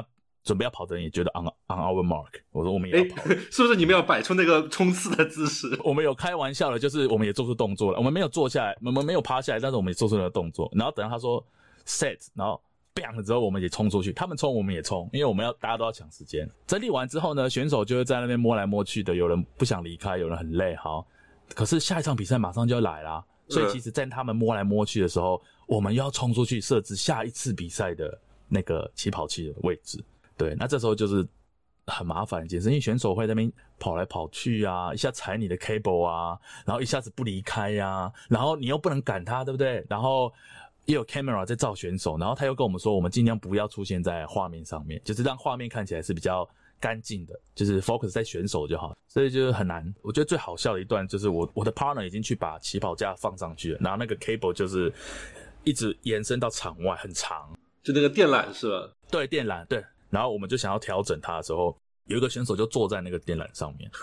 准备要跑的人也觉得 on our mark， 我说我们也要跑， 是不是你们要摆出那个冲刺的姿势？ 我们有开玩笑的，就是我们也做出动作了，我们没有坐下来，我们没有趴下来，但是我们也做出那个动作，然后等到他说 set， 然后 bang 了之后，我们也冲出去，他们冲我们也冲，因为我们大家都要抢时间。整理完之后呢，选手就会在那边摸来摸去的，有人不想离开，有人很累，好，可是下一场比赛马上就要来啦，所以其实在他们摸来摸去的时候，我们又要冲出去设置下一次比赛的那个起跑器的位置。对，那这时候就是很麻烦一件事，因为选手会在那边跑来跑去啊，一下踩你的 cable 啊，然后一下子不离开啊，然后你又不能赶他，对不对？然后也有 camera 在照选手，然后他又跟我们说，我们尽量不要出现在画面上面，就是让画面看起来是比较干净的，就是 focus 在选手就好，所以就是很难。我觉得最好笑的一段就是我的 partner 已经去把起跑架放上去了，然后那个 cable 就是一直延伸到场外，很长， 就那个电缆是吧？ 对，电缆，对。然后我们就想要调整它的时候，有一个选手就坐在那个电缆上面，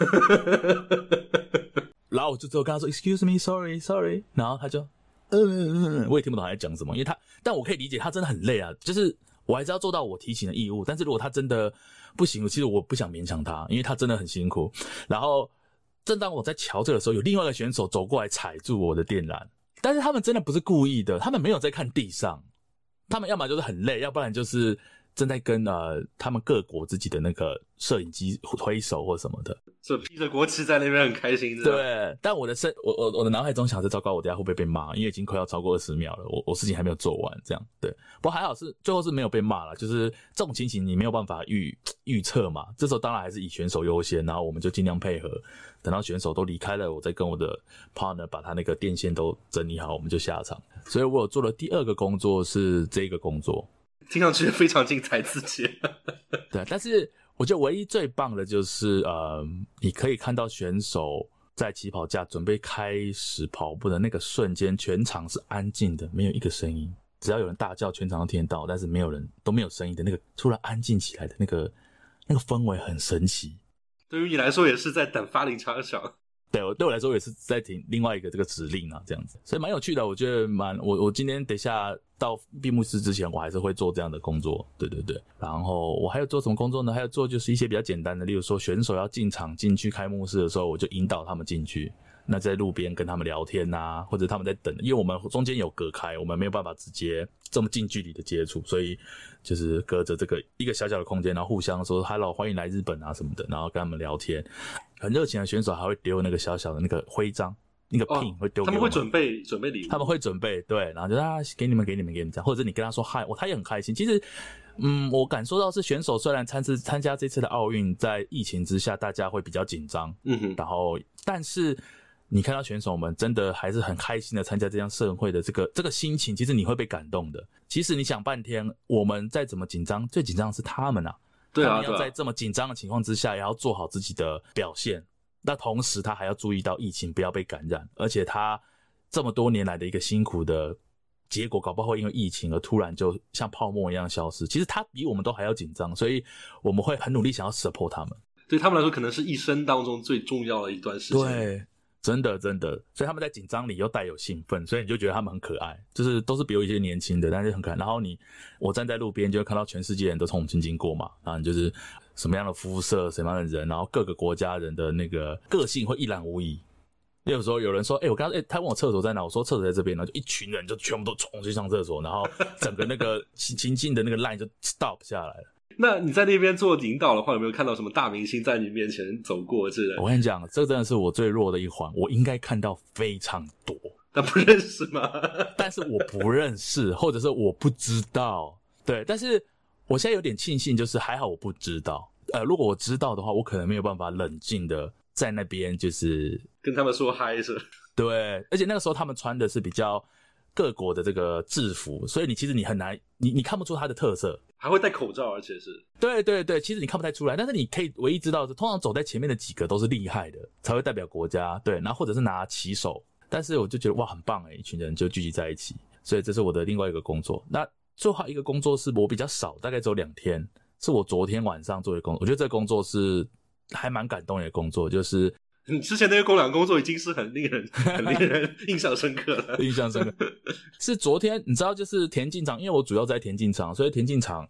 然后我就只有跟他说 excuse me sorry， 然后他就我也听不懂他在讲什么，因为但我可以理解他真的很累啊，就是我还是要做到我提醒的义务，但是如果他真的不行，其实我不想勉强他，因为他真的很辛苦。然后正当我在瞧这个时候，有另外一个选手走过来踩住我的电缆，但是他们真的不是故意的，他们没有在看地上，他们要么就是很累，要不然就是正在跟他们各国自己的那个摄影机挥手或什么的， 就披着国旗在那边很开心。 对，但我的脑海中想着糟糕，我等一下会不会被骂？因为已经快要超过20秒了，我事情还没有做完，这样对。不过还好是最后是没有被骂了，就是这种情形你没有办法预测嘛。这时候当然还是以选手优先，然后我们就尽量配合，等到选手都离开了，我再跟我的 partner 把他那个电线都整理好，我们就下场。所以我有做的第二个工作是这个工作。 听上去非常精彩刺激。 对，但是我觉得唯一最棒的就是你可以看到选手在起跑架准备开始跑步的那个瞬间，全场是安静的，没有一个声音，只要有人大叫全场都听得到，但是都没有声音的那个突然安静起来的那个氛围很神奇。 对于你来说也是在等发令枪响。 对我来说也是在听另外一个这个指令啊，这样子，所以蛮有趣的。我觉得我今天等一下到闭幕式之前，我还是会做这样的工作，对。然后我还有做什么工作呢？还有做就是一些比较简单的，例如说选手要进场进去开幕式的时候，我就引导他们进去。那在路边跟他们聊天啊，或者他们在等，因为我们中间有隔开，我们没有办法直接这么近距离的接触，所以就是隔着这个一个小小的空间，然后互相说 hello 欢迎来日本啊什么的，然后跟他们聊天。很热情的选手还会丢那个小小的那个徽章，那个 pin 会丢给我们。他们会准备礼物， 他们会准备，对，然后就给你们这样，或者你跟他说嗨，他也很开心。其实我感受到是选手虽然参加这次的奥运，在疫情之下大家会比较紧张，然后但是你看到选手们真的还是很开心的参加这项盛会的这个心情，其实你会被感动的。其实你想半天，我们再怎么紧张，最紧张的是他们啊。 对啊， 他们要在这么紧张的情况之下，也要做好自己的表现。那同时，他还要注意到疫情不要被感染，而且他这么多年来的一个辛苦的结果，搞不好会因为疫情而突然就像泡沫一样消失。其实他比我们都还要紧张，所以我们会很努力想要 support 他们。 对他们来说，可能是一生当中最重要的一段时间。 对。真的，所以他们在紧张里又带有兴奋，所以你就觉得他们很可爱，就是都是比我一些年轻的，但是很可爱。然后我站在路边就会看到全世界人都从我们经过嘛，然后你就是什么样的肤色、什么样的人，然后各个国家人的那个个性会一览无遗。有时候有人说，我刚刚他问我厕所在哪，我说厕所在这边，然后就一群人就全部都冲去上厕所，然后整个那个情境的那个 line 就 stop 下来了。 那你在那边做引导的话，有没有看到什么大明星在你面前走过之类的？ 我跟你讲，这真的是我最弱的一环，我应该看到非常多， 但不认识吗？ 但是我不认识，或者是我不知道。对，但是我现在有点庆幸，就是还好我不知道。如果我知道的话，我可能没有办法冷静的在那边就是跟他们说嗨是。 对，而且那个时候他们穿的是比较各国的这个制服，所以你其实你很难，你看不出它的特色。 还会戴口罩，而且是对，其实你看不太出来，但是你可以唯一知道是，通常走在前面的几个都是厉害的，才会代表国家，对，然后或者是拿旗手。但是我就觉得哇，很棒一群人就聚集在一起，所以这是我的另外一个工作。那最后一个工作是我比较少，大概只有2天，是我昨天晚上做的工作。我觉得这个工作是还蛮感动的工作，就是你之前那个两个工作已经是很令人印象深刻了。 印象深刻是昨天，你知道，就是田径场，因为我主要在田径场，所以田径场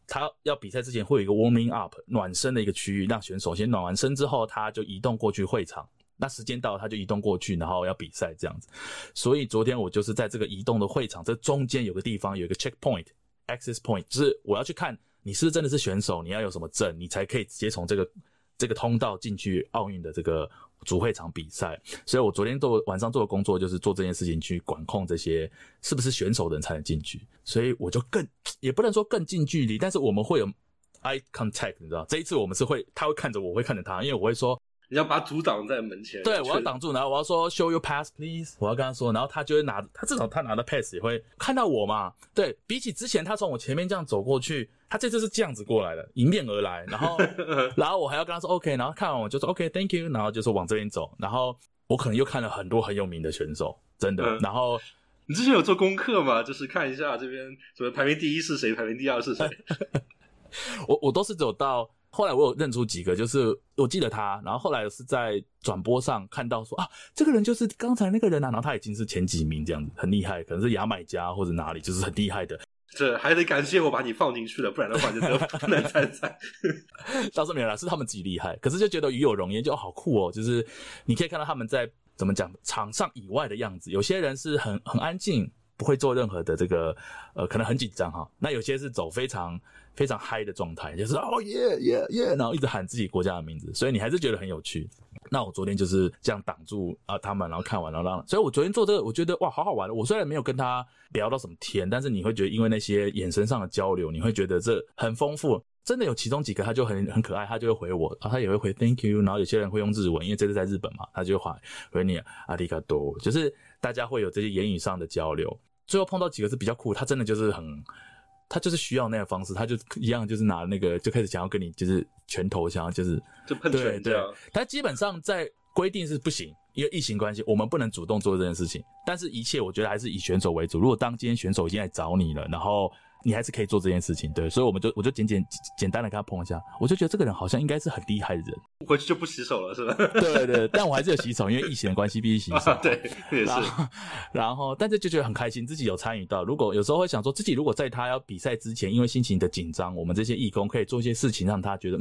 他要比赛之前会有一个 warming up 暖身的一个区域，让选手先暖完身之后，他就移动过去会场。那时间到了，他就移动过去，然后要比赛这样子。所以昨天我就是在这个移动的会场，这中间有个地方有一个 checkpoint、access point， 就是我要去看你是不是真的是选手，你要有什么证，你才可以直接从这个通道进去奥运的这个主会场比赛。所以我昨天晚上做的工作就是做这件事情，去管控这些是不是选手的人才能进去。所以我就也不能说更近距离，但是我们会有 eye contact， 你知道，这一次我们是他会看着我，会看着他，因为我会说。 你要把他阻挡在门前， 对，我要挡住，然后我要说 show your pass please， 我要跟他说，然后他就会至少他拿的 pass 也会看到我嘛。对，比起之前他从我前面这样走过去，他这次是这样子过来的，迎面而来，然后我还要跟他说 OK， 然后看完我就说 OK thank you， 然后就说往这边走，然后我可能又看了很多很有名的选手，真的，然后你之前有做功课吗？就是看一下这边什么排名第一是谁，排名第二是谁？ 我都是只有到。后来我有认出几个，就是我记得他，然后后来是在转播上看到说啊，这个人就是刚才那个人啊，然后他已经是前几名这样子，很厉害，可能是牙买加或者哪里，就是很厉害的。 这还得感谢我把你放进去了，不然的话就不能参赛。 倒是没有啦，是他们自己厉害，可是就觉得与有荣焉，就好酷哦，就是你可以看到他们在怎么讲场上以外的样子，有些人是很安静。不会做任何的这个可能很紧张哈。那有些是走非常非常嗨的状态，就是哦耶耶耶，然后一直喊自己国家的名字，所以你还是觉得很有趣。那我昨天就是这样挡住他们，然后看完，然后所以我昨天做这个，我觉得哇好好玩。我虽然没有跟他聊到什么天，但是你会觉得因为那些眼神上的交流，你会觉得这很丰富。真的有其中几个他就很可爱，他就会回我，他也会回 thank you， 然后有些人会用日文，因为这次在日本嘛，他就会回你阿里嘎多，就是大家会有这些言语上的交流。最后碰到几个是比较酷，他真的就是他就是需要那个方式，他就一样就是拿那个就开始想要跟你就是拳头想要就喷拳这样。 他基本上在规定是不行，因为疫情关系，我们不能主动做这件事情。但是一切我觉得还是以选手为主。如果当今天选手已经来找你了，然后你还是可以做这件事情，对，所以我就简单的跟他碰一下，我就觉得这个人好像应该是很厉害的人。 回去就不洗手了是吧？ 对对，但我还是有洗手，因为疫情的关系必须洗手。 对，也是。 然后，但是就觉得很开心，自己有参与到。如果有时候会想说，自己如果在他要比赛之前，因为心情的紧张，我们这些义工可以做一些事情，让他觉得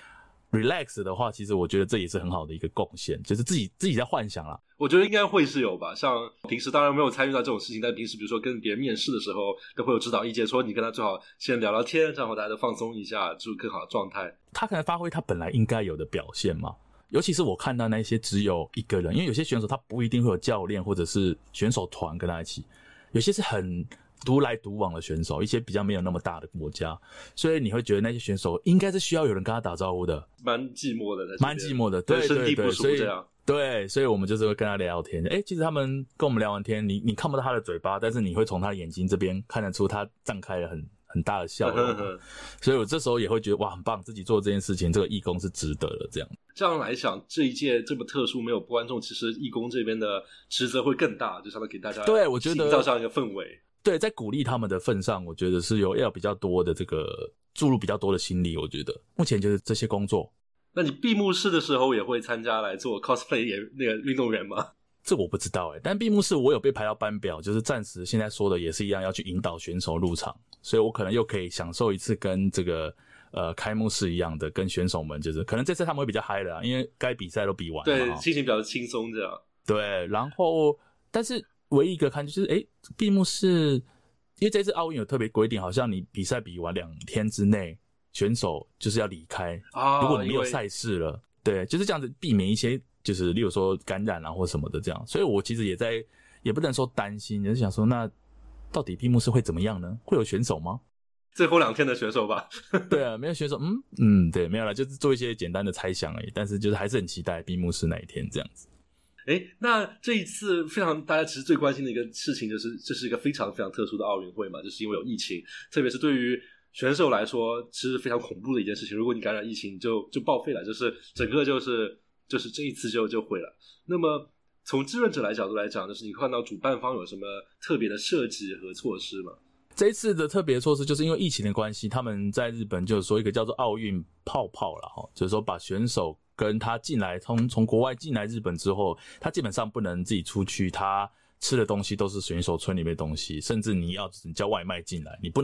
relax 的话，其实我觉得这也是很好的一个贡献，就是自己在幻想啦。 我觉得应该会是有吧，像平时当然没有参与到这种事情，但平时比如说跟别人面试的时候，都会有指导意见，说你跟他最好先聊聊天，这样大家都放松一下，就更好的状态。他可能发挥他本来应该有的表现嘛。尤其是我看到那些只有一个人，因为有些选手他不一定会有教练或者是选手团跟他一起，有些是很独来独往的选手，一些比较没有那么大的国家，所以你会觉得那些选手应该是需要有人跟他打招呼的， 蛮寂寞的， 蛮寂寞的，对对对， 所以这样。 对，所以我们就是会跟他聊天。其实他们跟我们聊完天，你看不到他的嘴巴，但是你会从他的眼睛这边看得出他绽开了很大的笑容。所以我这时候也会觉得哇，很棒，自己做这件事情，这个义工是值得的。 这样来想，这一届这么特殊，没有观众，其实义工这边的职责会更大，就相当于给大家对我觉得营造上一个氛围。 对，在鼓励他们的份上，我觉得是要比较多的这个注入比较多的心力。我觉得目前就是这些工作。 那你闭幕式的时候也会参加来做 cosplay 那个运动员吗？ 这我不知道但闭幕式我有被排到班表，就是暂时现在说的也是一样，要去引导选手入场，所以我可能又可以享受一次跟这个开幕式一样的，跟选手们就是可能这次他们会比较嗨的因为该比赛都比完了， 对，心情比较轻松这样。 对，然后但是唯一一个看就是闭幕式，因为这次奥运有特别规定，好像你比赛比完2天之内选手就是要离开如果你没有赛事了，对，就是这样子避免一些就是例如说感染或什么的这样。所以我其实也不能说担心，就是想说那到底闭幕式会怎么样呢？会有选手吗？ 最后2天的选手吧。 对啊，没有选手对，没有啦，就是做一些简单的猜想而已，但是就是还是很期待闭幕式那一天这样子。 那这一次非常大家其实最关心的一个事情就是这是一个非常非常特殊的奥运会嘛，就是因为有疫情，特别是对于选手来说是非常恐怖的一件事情，如果你感染疫情就报废了，就是整个就是这一次就毁了。那么从志愿者角度来讲，就是你看到主办方有什么特别的设计和措施吗？ 这一次的特别措施就是因为疫情的关系，他们在日本就有说一个叫做奥运泡泡啦，就是说把选手跟他进来从国外进来日本之后，他基本上不能自己出去，他吃的东西都是选手村里面的东西，甚至你要叫外卖进来，你不能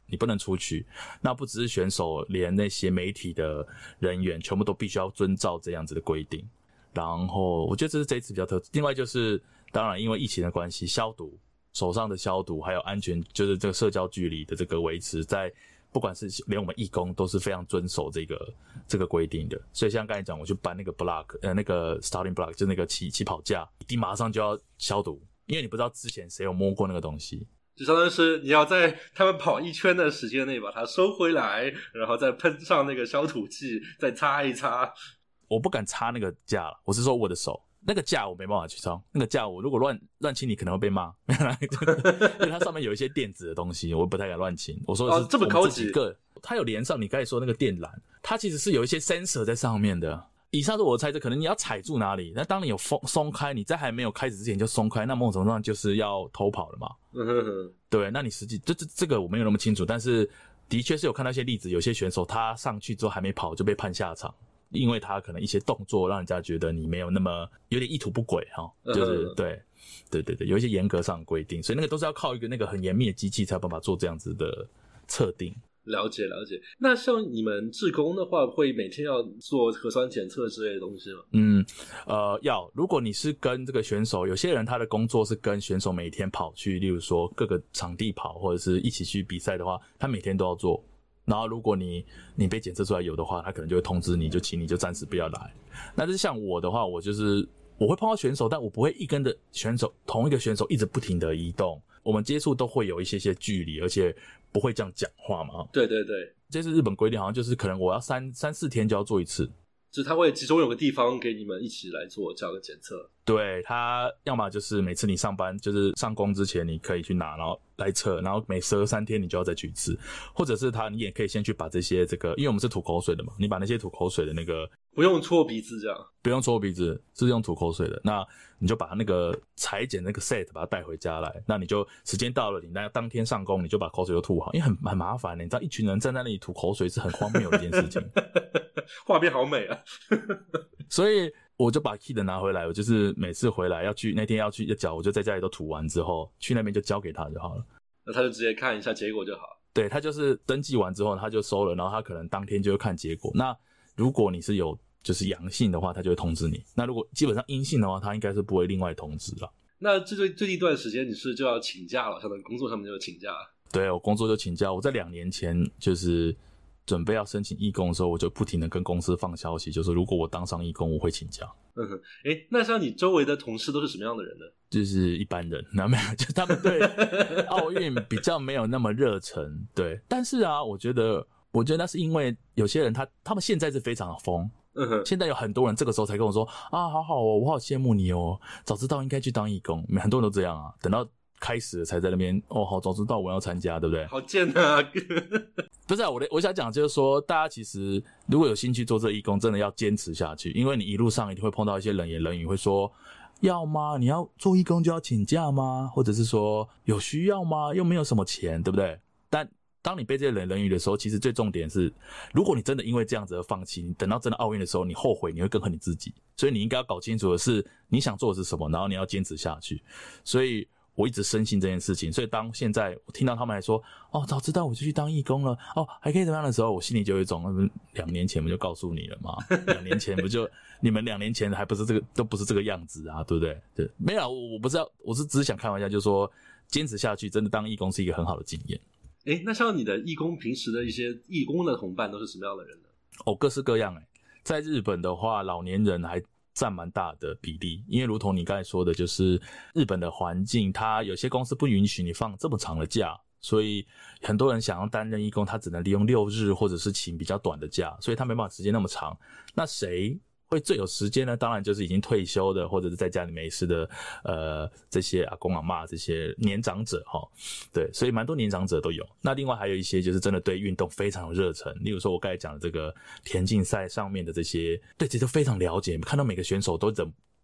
你不能出去。那不只是选手，连那些媒体的人员全部都必须要遵照这样子的规定。然后我觉得这是这一次比较特殊。另外就是当然因为疫情的关系，消毒手上的消毒还有安全，就是这个社交距离的这个维持，在不管是连我们义工都是非常遵守这个规定的。所以像刚才讲，我去搬那个 block 那个 starting block 就是那个起跑架，一定马上就要消毒，因为你不知道之前谁有摸过那个东西。 就相当于是你要在他们跑一圈的时间内把它收回来，然后再喷上那个消毒剂，再擦一擦。 我不敢擦那个架了，我是说我的手那个架我没办法去擦，那个架我如果乱清理可能会被骂，因为它上面有一些电子的东西，我不太敢乱清。我说的是这么高级， 它有连上你刚才说那个电缆，它其实是有一些 sensor 在上面的。以上是我的猜测，可能你要踩住哪里，那当你有松开，你在还没有开始之前就松开，那某种程度上就是要偷跑了嘛。对，那你实际这个我没有那么清楚，但是的确是有看到一些例子，有些选手他上去之后还没跑就被判下场。因为他可能一些动作让人家觉得你没有那么有点意图不轨就是对，有一些严格上的规定，所以那个都是要靠一个那个很严密的机器才有办法做这样子的测定。 了解。那像你们志工的话，会每天要做核酸检测之类的东西吗？ 要。如果你是跟这个选手，有些人他的工作是跟选手每天跑去，例如说各个场地跑，或者是一起去比赛的话，他每天都要做。然后如果你被检测出来有的话，他可能就会通知你，就请你就暂时不要来。那就是像我的话，我会碰到选手，但我不会一跟的选手同一个选手一直不停的移动，我们接触都会有一些距离，而且不会这样讲话嘛。 对， 这是日本规定，好像就是可能我要3-4天就要做一次， 就是他会集中有个地方给你们一起来做这样的检测。 对，他要么就是每次你上班就是上工之前你可以去拿，然后来测，然后每12-13天你就要再去一次，或者是你也可以先去把这些因为我们是吐口水的嘛，你把那些吐口水的那个不用搓鼻子，这样不用搓鼻子，是用吐口水的，那你就把那个裁剪那个 set 把它带回家来，那你就时间到了，你那当天上工你就把口水都吐好，因为很麻烦你知道一群人站在那里吐口水是很荒谬的一件事情画面好美啊所以我就把 kit 拿回来，我就是每次回来那天要去一脚，我就在家里都吐完之后，去那边就交给他就好了。 那他就直接看一下结果就好。 对，他就是登记完之后他就收了，然后他可能当天就会看结果。那如果你是有就是阳性的话，他就会通知你。那如果基本上阴性的话，他应该是不会另外通知了。 那最近一段时间你就要请假了，相当于工作上面就要请假了。 对，我工作就请假。我在2年前就是准备要申请义工的时候，我就不停的跟公司放消息，就是如果我当上义工我会请假。 那像你周围的同事都是什么样的人呢？就是一般人，那没有，就他们对奥运比较没有那么热忱，对。但是啊，我觉得那是因为有些人他们现在是非常的疯，现在有很多人这个时候才跟我说啊，好好哦，我好羡慕你哦，早知道应该去当义工，很多人都这样啊，等到开始了才在那边好，早知道我要参加，对不对？ 好贱啊不是啊，我想讲就是说，大家其实如果有兴趣做这个义工，真的要坚持下去，因为你一路上一定会碰到一些冷言冷语，会说要吗？你要做义工就要请假吗？或者是说有需要吗？又没有什么钱，对不对？但当你被这些冷言冷语的时候，其实最重点是，如果你真的因为这样子而放弃，你等到真的奥运的时候，你后悔，你会更恨你自己。所以你应该要搞清楚的是，你想做的是什么，然后你要坚持下去。所以我一直深信这件事情，所以当现在我听到他们来说早知道我就去当义工了还可以怎么样的时候，我心里就有一种2年前不就告诉你了吗？2年前不就你们2年前还不是都不是这个样子啊，对不对？对，没有，我不是要，我是只是想开玩笑，就是说坚持下去，真的当义工是一个很好的经验。 那像你的义工平时的一些义工的同伴都是什么样的人呢？ 各式各样在日本的话，老年人还占蛮大的比例，因为如同你刚才说的，就是日本的环境，它有些公司不允许你放这么长的假，所以很多人想要担任义工，他只能利用6日或者是请比较短的假，所以他没办法时间那么长。那谁会最有时间呢？当然就是已经退休的，或者是在家里没事的这些阿公阿嬷，这些年长者对，所以蛮多年长者都有。那另外还有一些就是真的对运动非常有热忱，例如说我刚才讲的这个田径赛上面的这些，对这都非常了解，看到每个选手都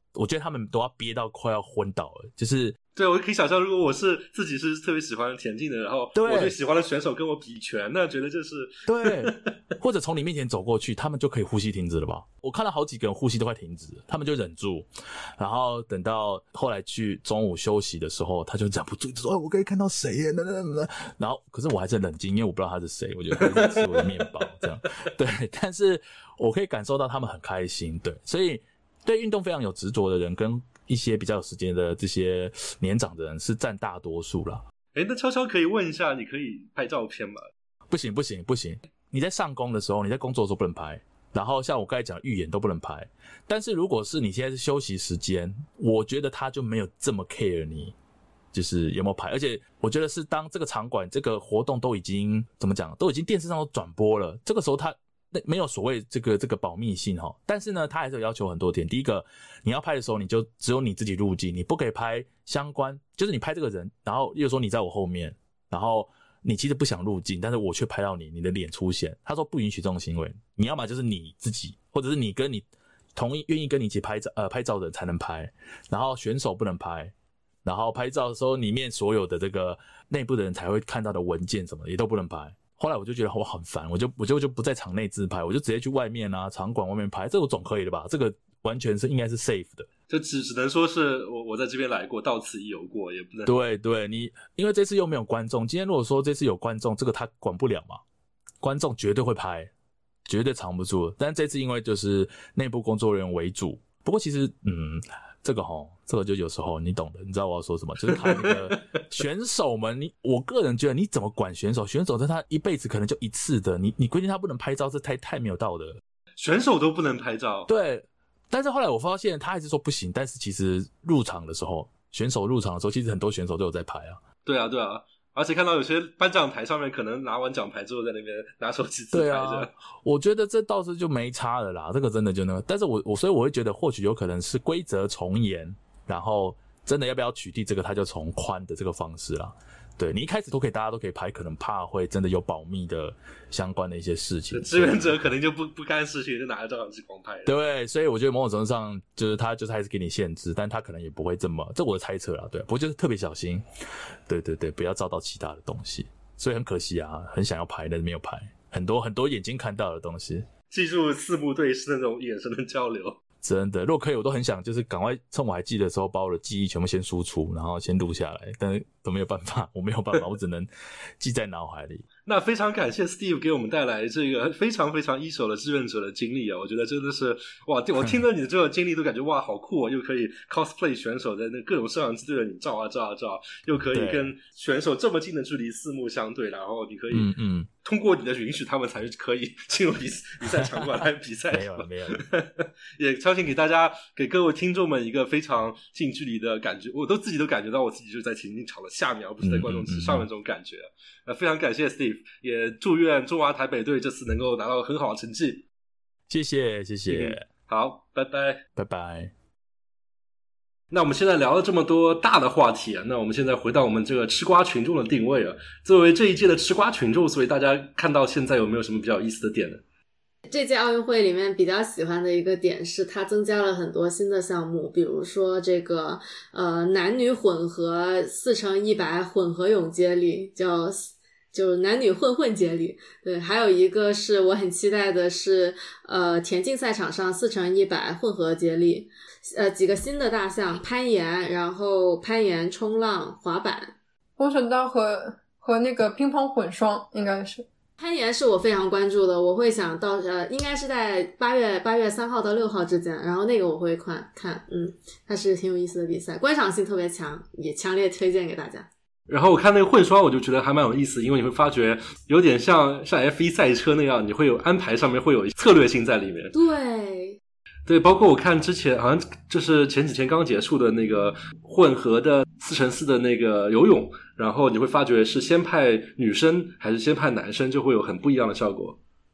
我觉得他们都要憋到快要昏倒了，就是对，我可以想象，如果我是自己是特别喜欢田径的，然后我最喜欢的选手跟我比拳，那觉得就是对，或者从你面前走过去，他们就可以呼吸停止了吧？我看到好几个人呼吸都快停止了，他们就忍住，然后等到后来去中午休息的时候，他就忍不住说：“我可以看到谁耶？”然后可是我还是冷静，因为我不知道他是谁，我就开始吃我的面包这样。对，但是我可以感受到他们很开心，对，所以对运动非常有执着的人跟一些比较有时间的这些年长的人是占大多数啦。 那悄悄可以问一下，你可以拍照片吗？ 不行，你在上工的时候，你在工作的时候不能拍，然后像我刚才讲的预演都不能拍。但是如果是你现在是休息时间，我觉得他就没有这么 care 你就是有没有拍，而且我觉得是当这个场馆这个活动都已经怎么讲，都已经电视上都转播了，这个时候他没有所谓这个保密性齁，但是呢，他还是有要求很多点。第一个，你要拍的时候，你就只有你自己入镜，你不可以拍相关，就是你拍这个人，然后例如说你在我后面，然后你其实不想入镜，但是我却拍到你的脸出现。他说不允许这种行为，你要么就是你自己，或者是你跟你同意愿意跟你一起拍照的人才能拍，然后选手不能拍，然后拍照的时候里面所有的这个内部的人才会看到的文件什么的也都不能拍。后来我就觉得我很烦，我就不在场内自拍，我就直接去外面啊，场馆外面拍，这个总可以的吧？这个完全是应该是 safe 的。 就只能说是我在这边来过，到此一游过，也不能。 对，你因为这次又没有观众，今天如果说这次有观众，这个他管不了嘛，观众绝对会拍，绝对藏不住。但这次因为就是内部工作人员为主，不过其实这个就有时候你懂的，你知道我要说什么，就是看那个选手们，我个人觉得你怎么管选手？选手在他一辈子可能就一次的，你规定他不能拍照，这太没有道德。 选手都不能拍照， 对。但是后来我发现他还是说不行，但是其实选手入场的时候，其实很多选手都有在拍啊。 对啊，而且看到有些颁奖台上面可能拿完奖牌之后在那边拿手机自拍着。 对啊，我觉得这倒是就没差了啦，这个真的就那个。但是所以我会觉得或许有可能是规则从严，然后真的要不要取缔这个，他就从宽的这个方式啦。对，你一开始大家都可以拍，可能怕会真的有保密的相关的一些事情， 志愿者可能就不干事情，就拿着照相机光拍了。 对，所以我觉得某种程度上就是他就是还是给你限制，但他可能也不会这么，这我的猜测啦。对，不过就是特别小心，对，不要照到其他的东西。所以很可惜啊，很想要拍但是没有拍，很多眼睛看到的东西。 记住四目对视那种眼神的交流。 真的，如果可以，我都很想就是赶快趁我还记得的时候，把我的记忆全部先输出，然后先录下来，但是都没有办法，我没有办法，我只能记在脑海里。 那非常感谢 Steve 给我们带来这个非常非常一手的志愿者的经历啊！我觉得真的是哇，我听了你的这个经历都感觉哇好酷哦，又可以 cosplay 选手在那各种摄像机对着你照啊照啊照，又可以跟选手这么近的距离四目相对，然后你可以通过你的允许，他们才可以进入比赛场馆来比赛。 没有也相信给各位听众们一个非常近距离的感觉，我自己都感觉到我自己就在田径场的下面，而不是在观众席上面这种感觉。非常感谢 Steve， 也祝愿中华台北队这次能够拿到很好的成绩。 谢谢。 好，拜拜。那我们现在聊了这么多大的话题啊，那我们现在回到我们这个吃瓜群众的定位啊。作为这一届的吃瓜群众，所以大家看到现在有没有什么比较有意思的点呢？ 这届奥运会里面比较喜欢的一个点是它增加了很多新的项目，比如说这个男女混合4×100混合泳接力，就男女混接力。对，还有一个是我很期待的是田径赛场上4×100混合接力，几个新的大项，攀岩，然后攀岩、冲浪、滑板。 空手道和那个乒乓混双应该是。 攀岩是我非常关注的，我会想到应该是在8月3号到6号之间，然后那个我会看，它是挺有意思的比赛，观赏性特别强，也强烈推荐给大家。 然后我看那个混双，我就觉得还蛮有意思，因为你会发觉有点像 F1 赛车那样，你会有安排上面会有策略性在里面。 对， 包括我看之前好像就是前几天刚结束的那个混合的4×4的那个游泳，然后你会发觉是先派女生还是先派男生，就会有很不一样的效果。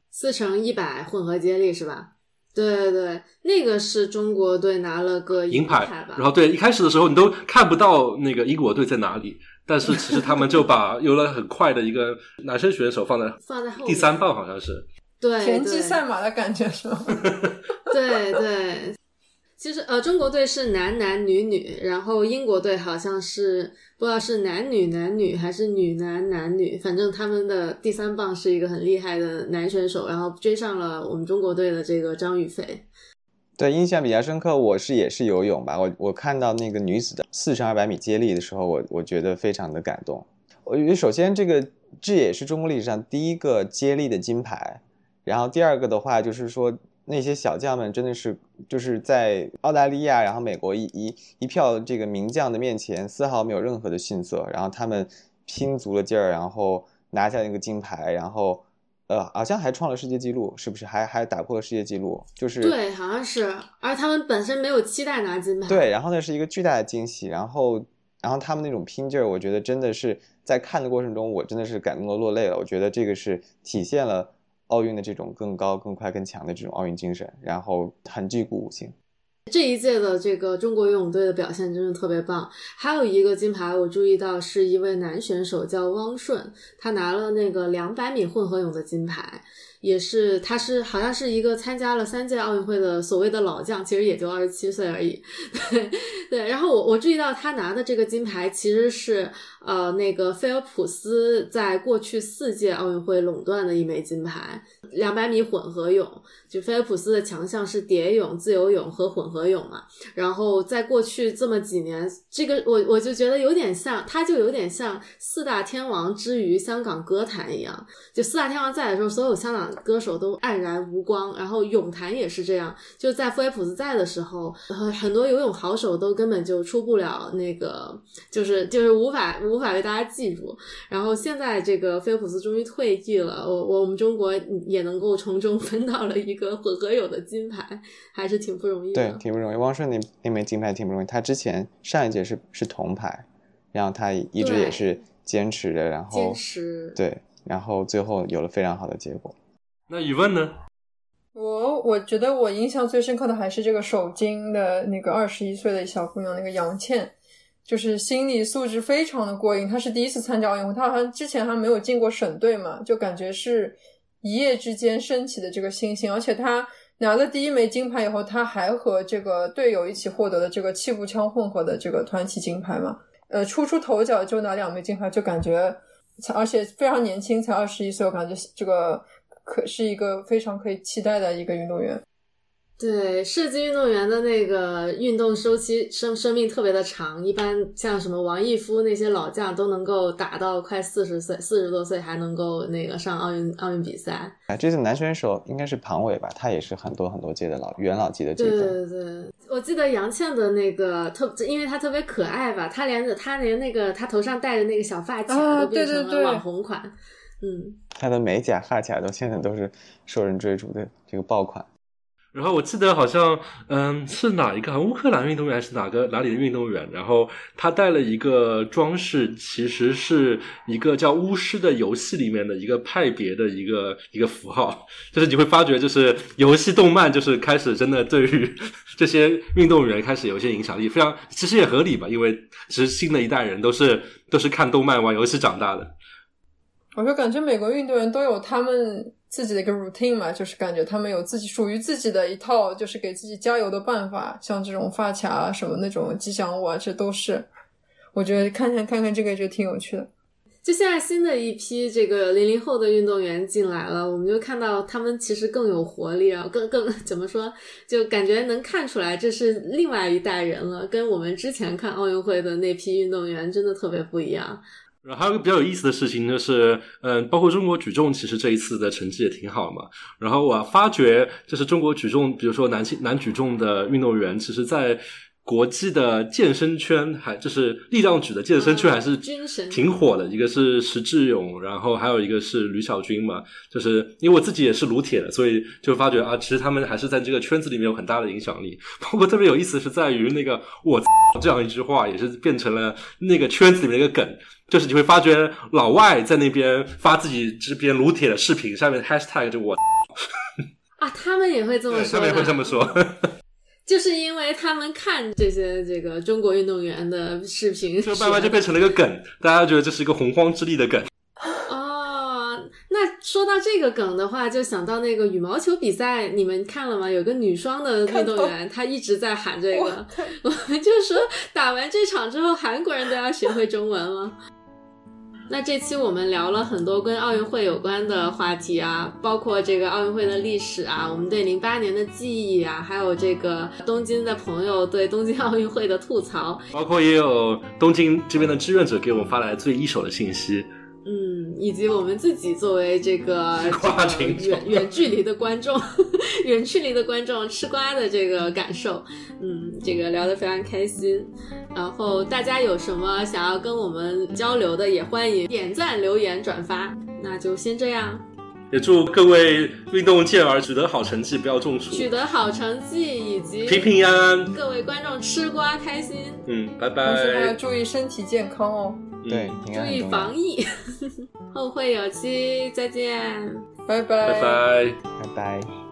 4×100混合接力是吧？对，那个是中国队拿了个银牌吧。 然后对，一开始的时候你都看不到那个英国队在哪里，但是其实他们就把有了很快的一个男生选手放在第3棒，好像是。 对， 田忌赛马的感觉是吗？ 对， 其实中国队是男男女女，然后英国队好像是不知道是男女男女还是女男男女，反正他们的第3棒是一个很厉害的男选手，然后追上了我们中国队的这个张雨霏。 对，印象比较深刻，也是游泳吧。我看到那个女子的4200米接力的时候，我觉得非常的感动。我觉得首先这也是中国历史上第一个接力的金牌，然后第二个的话就是说那些小将们真的是就是在澳大利亚然后美国一票这个名将的面前丝毫没有任何的逊色，然后他们拼足了劲儿，然后拿下那个金牌，然后好像还创了世界纪录，是不是还打破了世界纪录？就是对，好像是，而他们本身没有期待拿金牌。 对，然后那是一个巨大的惊喜，然后他们那种拼劲儿，我觉得真的是在看的过程中，我真的是感动的落泪了。我觉得这个是体现了奥运的这种更高、更快、更强的这种奥运精神，然后很具鼓舞性。 这一届的这个中国游泳队的表现真的特别棒。还有一个金牌我注意到是一位男选手叫汪顺，他拿了那个200米混合泳的金牌，也是他是好像是一个参加了3届奥运会的所谓的老将，其实也就27岁而已。对，然后我注意到他拿的这个金牌其实是那个菲尔普斯在过去4届奥运会垄断的一枚金牌。200米混合泳，就菲尔普斯的强项是蝶泳、自由泳和混合泳嘛。然后在过去这么几年，这个我就觉得有点像，他就有点像4大天王之于香港歌坛一样。就4大天王在的时候，所有香港歌手都黯然无光，然后泳坛也是这样。就在菲尔普斯在的时候，很多游泳好手都根本就出不了那个，就是无法被大家记住。然后现在这个菲尔普斯终于退役了，我们中国也能够从中分到了一个混合泳的金牌，还是挺不容易的。 对，挺不容易。汪顺那枚金牌挺不容易，他之前上一届是铜牌，然后他一直也是坚持的，然后对，然后最后有了非常好的结果。 那宇问呢？ 我觉得我印象最深刻的还是这个首金的那个21岁的小姑娘，那个杨倩，就是心理素质非常的过硬。她是第一次参加奥运会，她好像之前还没有进过省队嘛，就感觉是一夜之间升起的这个信心。而且她拿了第1枚金牌以后，她还和这个队友一起获得了这个气步枪混合的这个团体金牌嘛。出头角就拿2枚金牌，就感觉而且非常年轻，才21岁，我感觉这个是一个非常可以期待的一个运动员。 对，射击运动员的那个运动周期生命特别的长，一般像什么王义夫那些老将都能够打到快40多岁还能够那个上奥运比赛。 这次男选手应该是庞伟吧，他也是很多届的元老级的这个。 对，我记得杨倩的那个因为他特别可爱吧，他连那个他头上戴的那个小发卡都变成了网红款。 他的美甲发卡现在都是受人追逐的这个爆款。 然后我记得好像是哪一个乌克兰运动员还是哪里的运动员，然后他带了一个装饰，其实是一个叫巫师的游戏里面的一个派别的一个符号，就是你会发觉就是游戏动漫就是开始真的对于这些运动员开始有一些影响力，非常其实也合理吧，因为其实新的一代人都是看动漫玩游戏长大的。 我就感觉每个运动员都有他们自己的一个 routine 嘛，就是感觉他们有属于自己的一套就是给自己加油的办法，像这种发卡啊什么那种吉祥物啊，这都是我觉得看看这个也觉得挺有趣的。 就现在新的一批这个00后的运动员进来了，我们就看到他们其实更有活力啊，更怎么说，就感觉能看出来这是另外一代人了，跟我们之前看奥运会的那批运动员真的特别不一样。 然后还有一个比较有意思的事情就是包括中国举重其实这一次的成绩也挺好嘛，然后我发觉就是中国举重比如说男举重的运动员其实在国际的健身圈还就是力量举的健身圈还是挺火的，一个是石智勇，然后还有一个是吕小军嘛，就是因为我自己也是撸铁的，所以就发觉其实他们还是在这个圈子里面有很大的影响力。包括特别有意思是在于那个我这样一句话也是变成了那个圈子里面的一个梗，就是你会发觉老外在那边发自己这边撸铁的视频，下面 hashtag 就我啊，他们也会这么说的， 他们也会这么说就是因为他们看这个中国运动员的视频， 就慢慢就变成了一个梗，大家觉得这是一个洪荒之力的梗。 那说到这个梗的话，就想到那个羽毛球比赛，你们看了吗？有个女双的运动员，她一直在喊这个，我们就说打完这场之后，韩国人都要学会中文了。那这期我们聊了很多跟奥运会有关的话题啊，包括这个奥运会的历史啊，我们对08年的记忆啊，还有这个东京的朋友对东京奥运会的吐槽， 包括也有东京这边的志愿者给我们发来最一手的信息。 以及我们自己作为这个远距离的观众远距离的观众吃瓜的这个感受，这个聊得非常开心。然后大家有什么想要跟我们交流的，也欢迎点赞、留言、转发。那就先这样， 也祝各位运动健儿取得好成绩，不要中暑， 取得好成绩，以及平平安安， 各位观众吃瓜开心。 拜拜。 同时还要注意身体健康哦。 对， 注意防疫。后会有期，再见， 拜拜， 拜拜， 拜拜。